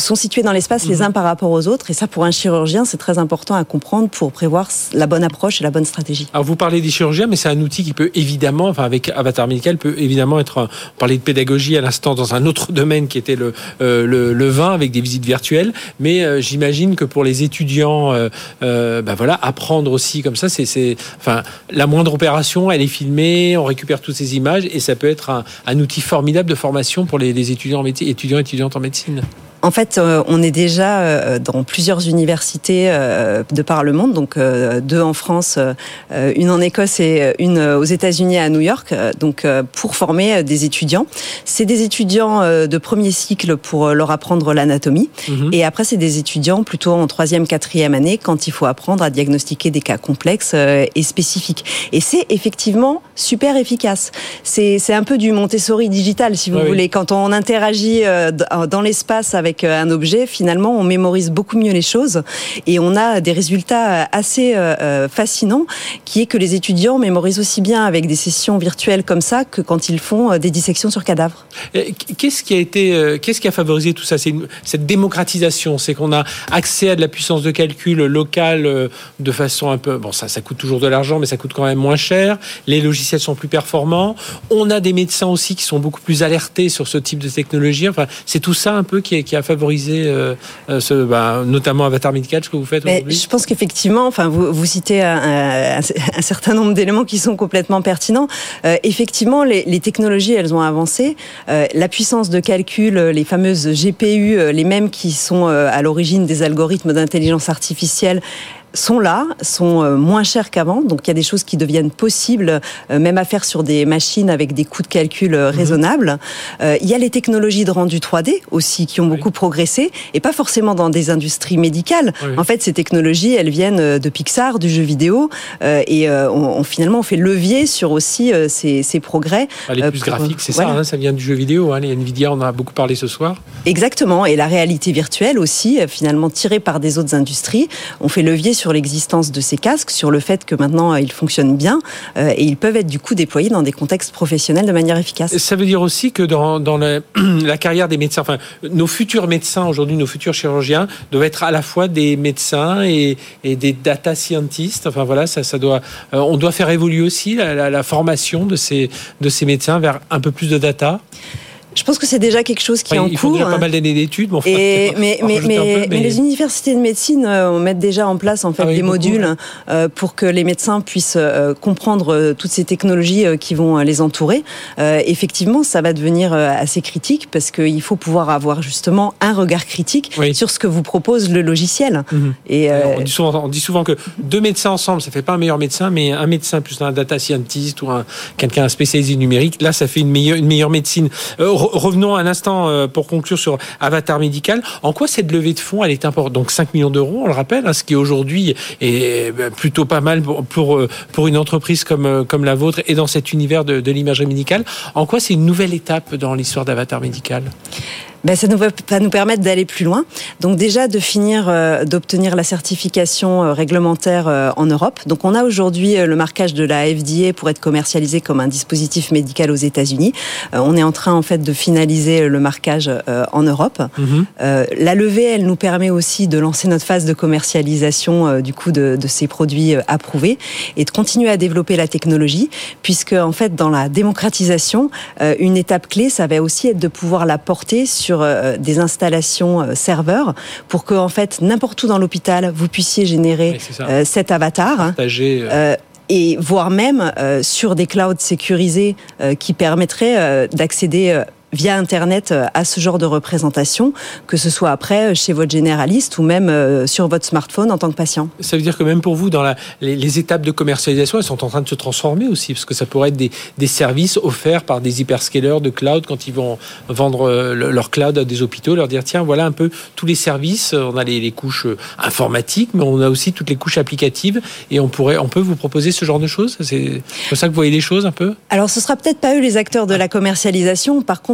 sont situés dans l'espace mmh. les uns par rapport aux autres. Et ça, pour un chirurgien, c'est très important à comprendre pour prévoir la bonne approche et la bonne stratégie. Alors, vous parlez des chirurgiens, mais c'est un outil qui peut évidemment, enfin, avec Avatar Médical, peut évidemment être, on parlait de pédagogie à l'instant dans un autre domaine qui était le, euh, le, le vin avec des visites virtuelles. Mais euh, j'imagine que pour les étudiants, euh, euh, ben voilà, apprendre aussi comme ça, c'est, c'est, enfin, la moindre opération, elle est filmée, on récupère toutes ces images et ça peut être un, un outil formidable de formation pour les, les étudiants en médecine, étudiants et étudiantes en médecine. En fait, euh, on est déjà euh, dans plusieurs universités euh, de par le monde, donc euh, deux en France, euh, une en Écosse et une aux États-Unis à New York, euh, donc euh, pour former des étudiants. C'est des étudiants euh, de premier cycle pour leur apprendre l'anatomie, mmh. et après c'est des étudiants plutôt en troisième, quatrième année quand il faut apprendre à diagnostiquer des cas complexes euh, et spécifiques. Et c'est effectivement super efficace. C'est c'est un peu du Montessori digital, si vous oui, voulez. Oui. Quand on interagit euh, dans l'espace avec un objet, finalement, on mémorise beaucoup mieux les choses et on a des résultats assez euh, fascinants, qui est que les étudiants mémorisent aussi bien avec des sessions virtuelles comme ça que quand ils font des dissections sur cadavres. Qu'est-ce qui a été, qu'est-ce qui a favorisé tout ça ? C'est une, cette démocratisation, c'est qu'on a accès à de la puissance de calcul locale de façon un peu, bon, ça, ça coûte toujours de l'argent, mais ça coûte quand même moins cher. Les logiciels sont plus performants. On a des médecins aussi qui sont beaucoup plus alertés sur ce type de technologie. Enfin, c'est tout ça un peu qui, qui a favoriser euh, ce, bah, notamment Avatar Médical, ce que vous faites Mais aujourd'hui. Je pense qu'effectivement, enfin, vous, vous citez un, un, un certain nombre d'éléments qui sont complètement pertinents. Euh, effectivement, les, les technologies, elles ont avancé. Euh, la puissance de calcul, les fameuses G P U, les mêmes qui sont euh, à l'origine des algorithmes d'intelligence artificielle, sont là, sont moins chers qu'avant, donc il y a des choses qui deviennent possibles, même à faire sur des machines avec des coûts de calcul raisonnables. Euh, il y a les technologies de rendu trois D aussi qui ont beaucoup oui. progressé, et pas forcément dans des industries médicales. Oui. En fait, ces technologies, elles viennent de Pixar, du jeu vidéo, euh, et euh, on, on finalement on fait levier sur aussi euh, ces, ces progrès. Ah, les plus euh, pour, graphiques, c'est voilà. ça, hein, ça vient du jeu vidéo. Hein, les Nvidia, on en a beaucoup parlé ce soir. Exactement, et la réalité virtuelle aussi, finalement tirée par des autres industries. On fait levier sur sur l'existence de ces casques, sur le fait que maintenant ils fonctionnent bien euh, et ils peuvent être du coup déployés dans des contextes professionnels de manière efficace. Ça veut dire aussi que dans, dans la, la carrière des médecins, enfin nos futurs médecins aujourd'hui, nos futurs chirurgiens doivent être à la fois des médecins et, et des data scientists. Enfin voilà, ça, ça doit, euh, on doit faire évoluer aussi la, la, la formation de ces, de ces médecins vers un peu plus de data. Je pense que c'est déjà quelque chose qui enfin, est en il cours. Il faut déjà pas mal d'années d'études. Bon, et, mais, mais, mais, peu, mais... mais les universités de médecine euh, mettent déjà en place en fait, ah oui, des beaucoup, modules ouais. euh, pour que les médecins puissent euh, comprendre euh, toutes ces technologies euh, qui vont euh, les entourer. Euh, effectivement, ça va devenir euh, assez critique parce qu'il faut pouvoir avoir justement un regard critique oui. sur ce que vous propose le logiciel. Mmh. Et, euh... on, dit souvent, on dit souvent que deux médecins ensemble, ça fait pas un meilleur médecin, mais un médecin plus un data scientist ou un, quelqu'un spécialisé numérique, là, ça fait une meilleure, une meilleure médecine. Euh, Revenons un instant pour conclure sur Avatar Médical. En quoi cette levée de fonds, elle est importante ? Donc cinq millions d'euros, on le rappelle, hein, ce qui aujourd'hui est plutôt pas mal pour, pour, pour une entreprise comme, comme la vôtre et dans cet univers de, de l'imagerie médicale. En quoi c'est une nouvelle étape dans l'histoire d'Avatar Médical ? Ben, ça nous va pas nous permettre d'aller plus loin. Donc déjà de finir euh, d'obtenir la certification euh, réglementaire euh, en Europe. Donc on a aujourd'hui euh, le marquage de la F D A pour être commercialisé comme un dispositif médical aux États-Unis. Euh, on est en train en fait de finaliser le marquage euh, en Europe. Mm-hmm. Euh, la levée, elle nous permet aussi de lancer notre phase de commercialisation euh, du coup de, de ces produits euh, approuvés et de continuer à développer la technologie, puisque en fait dans la démocratisation, euh, une étape clé, ça va aussi être de pouvoir la porter sur des installations serveurs pour que en fait n'importe où dans l'hôpital vous puissiez générer oui, euh, cet avatar Partager, euh... Euh, et voire même euh, sur des clouds sécurisés euh, qui permettraient euh, d'accéder euh, via Internet à ce genre de représentation, que ce soit après chez votre généraliste ou même sur votre smartphone en tant que patient. Ça veut dire que même pour vous, dans la, les, les étapes de commercialisation, elles sont en train de se transformer aussi, parce que ça pourrait être des, des services offerts par des hyperscalers de cloud quand ils vont vendre leur cloud à des hôpitaux, leur dire tiens, voilà un peu tous les services, on a les, les couches informatiques, mais on a aussi toutes les couches applicatives, et on pourrait, on peut vous proposer ce genre de choses. C'est comme ça que vous voyez les choses un peu ? Alors ce sera peut-être pas eux les acteurs de la commercialisation, par contre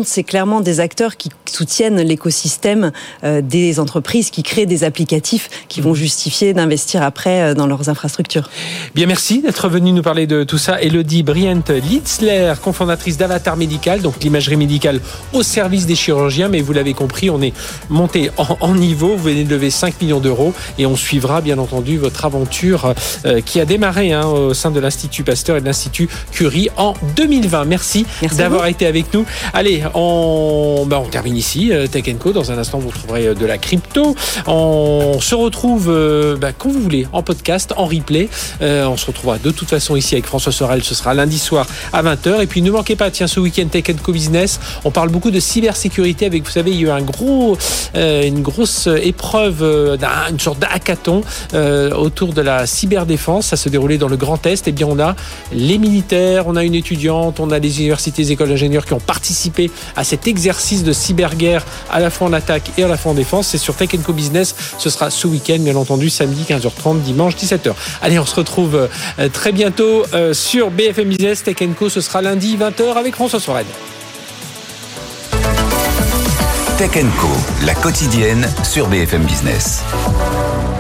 c'est clairement des acteurs qui soutiennent l'écosystème euh, des entreprises, qui créent des applicatifs qui vont justifier d'investir après euh, dans leurs infrastructures. Bien, merci d'être venu nous parler de tout ça. Elodie Brient-Litzler, cofondatrice d'Avatar Médical, donc l'imagerie médicale au service des chirurgiens. Mais vous l'avez compris, on est monté en, en niveau. Vous venez de lever cinq millions d'euros et on suivra bien entendu votre aventure euh, qui a démarré hein, au sein de l'Institut Pasteur et de l'Institut Curie en deux mille vingt. Merci, merci d'avoir été avec nous. Allez, on, ben, on termine ici. Euh, Tech and Co. Dans un instant, vous trouverez de la crypto. On se retrouve euh, ben, quand vous voulez, en podcast, en replay. Euh, on se retrouvera de toute façon ici avec François Sorel. Ce sera lundi soir à vingt heures. Et puis ne manquez pas, tiens, ce week-end Tech and Co Business, on parle beaucoup de cybersécurité avec, vous savez, il y a eu un gros, euh, une grosse épreuve, euh, une sorte d'hackathon euh, autour de la cyberdéfense. Ça se déroulait dans le Grand Est. Et bien, on a les militaires, on a une étudiante, on a des universités, des écoles d'ingénieurs qui ont participé à cet exercice de cyberguerre à la fois en attaque et à la fois en défense. C'est sur Tech and Co Business. Ce sera ce week-end, bien entendu, samedi quinze heures trente, dimanche dix-sept heures. Allez, on se retrouve euh, très bientôt euh, sur B F M Business. Tech and Co, ce sera lundi vingt heures avec François Sorel. Tech and Co, la quotidienne sur B F M Business.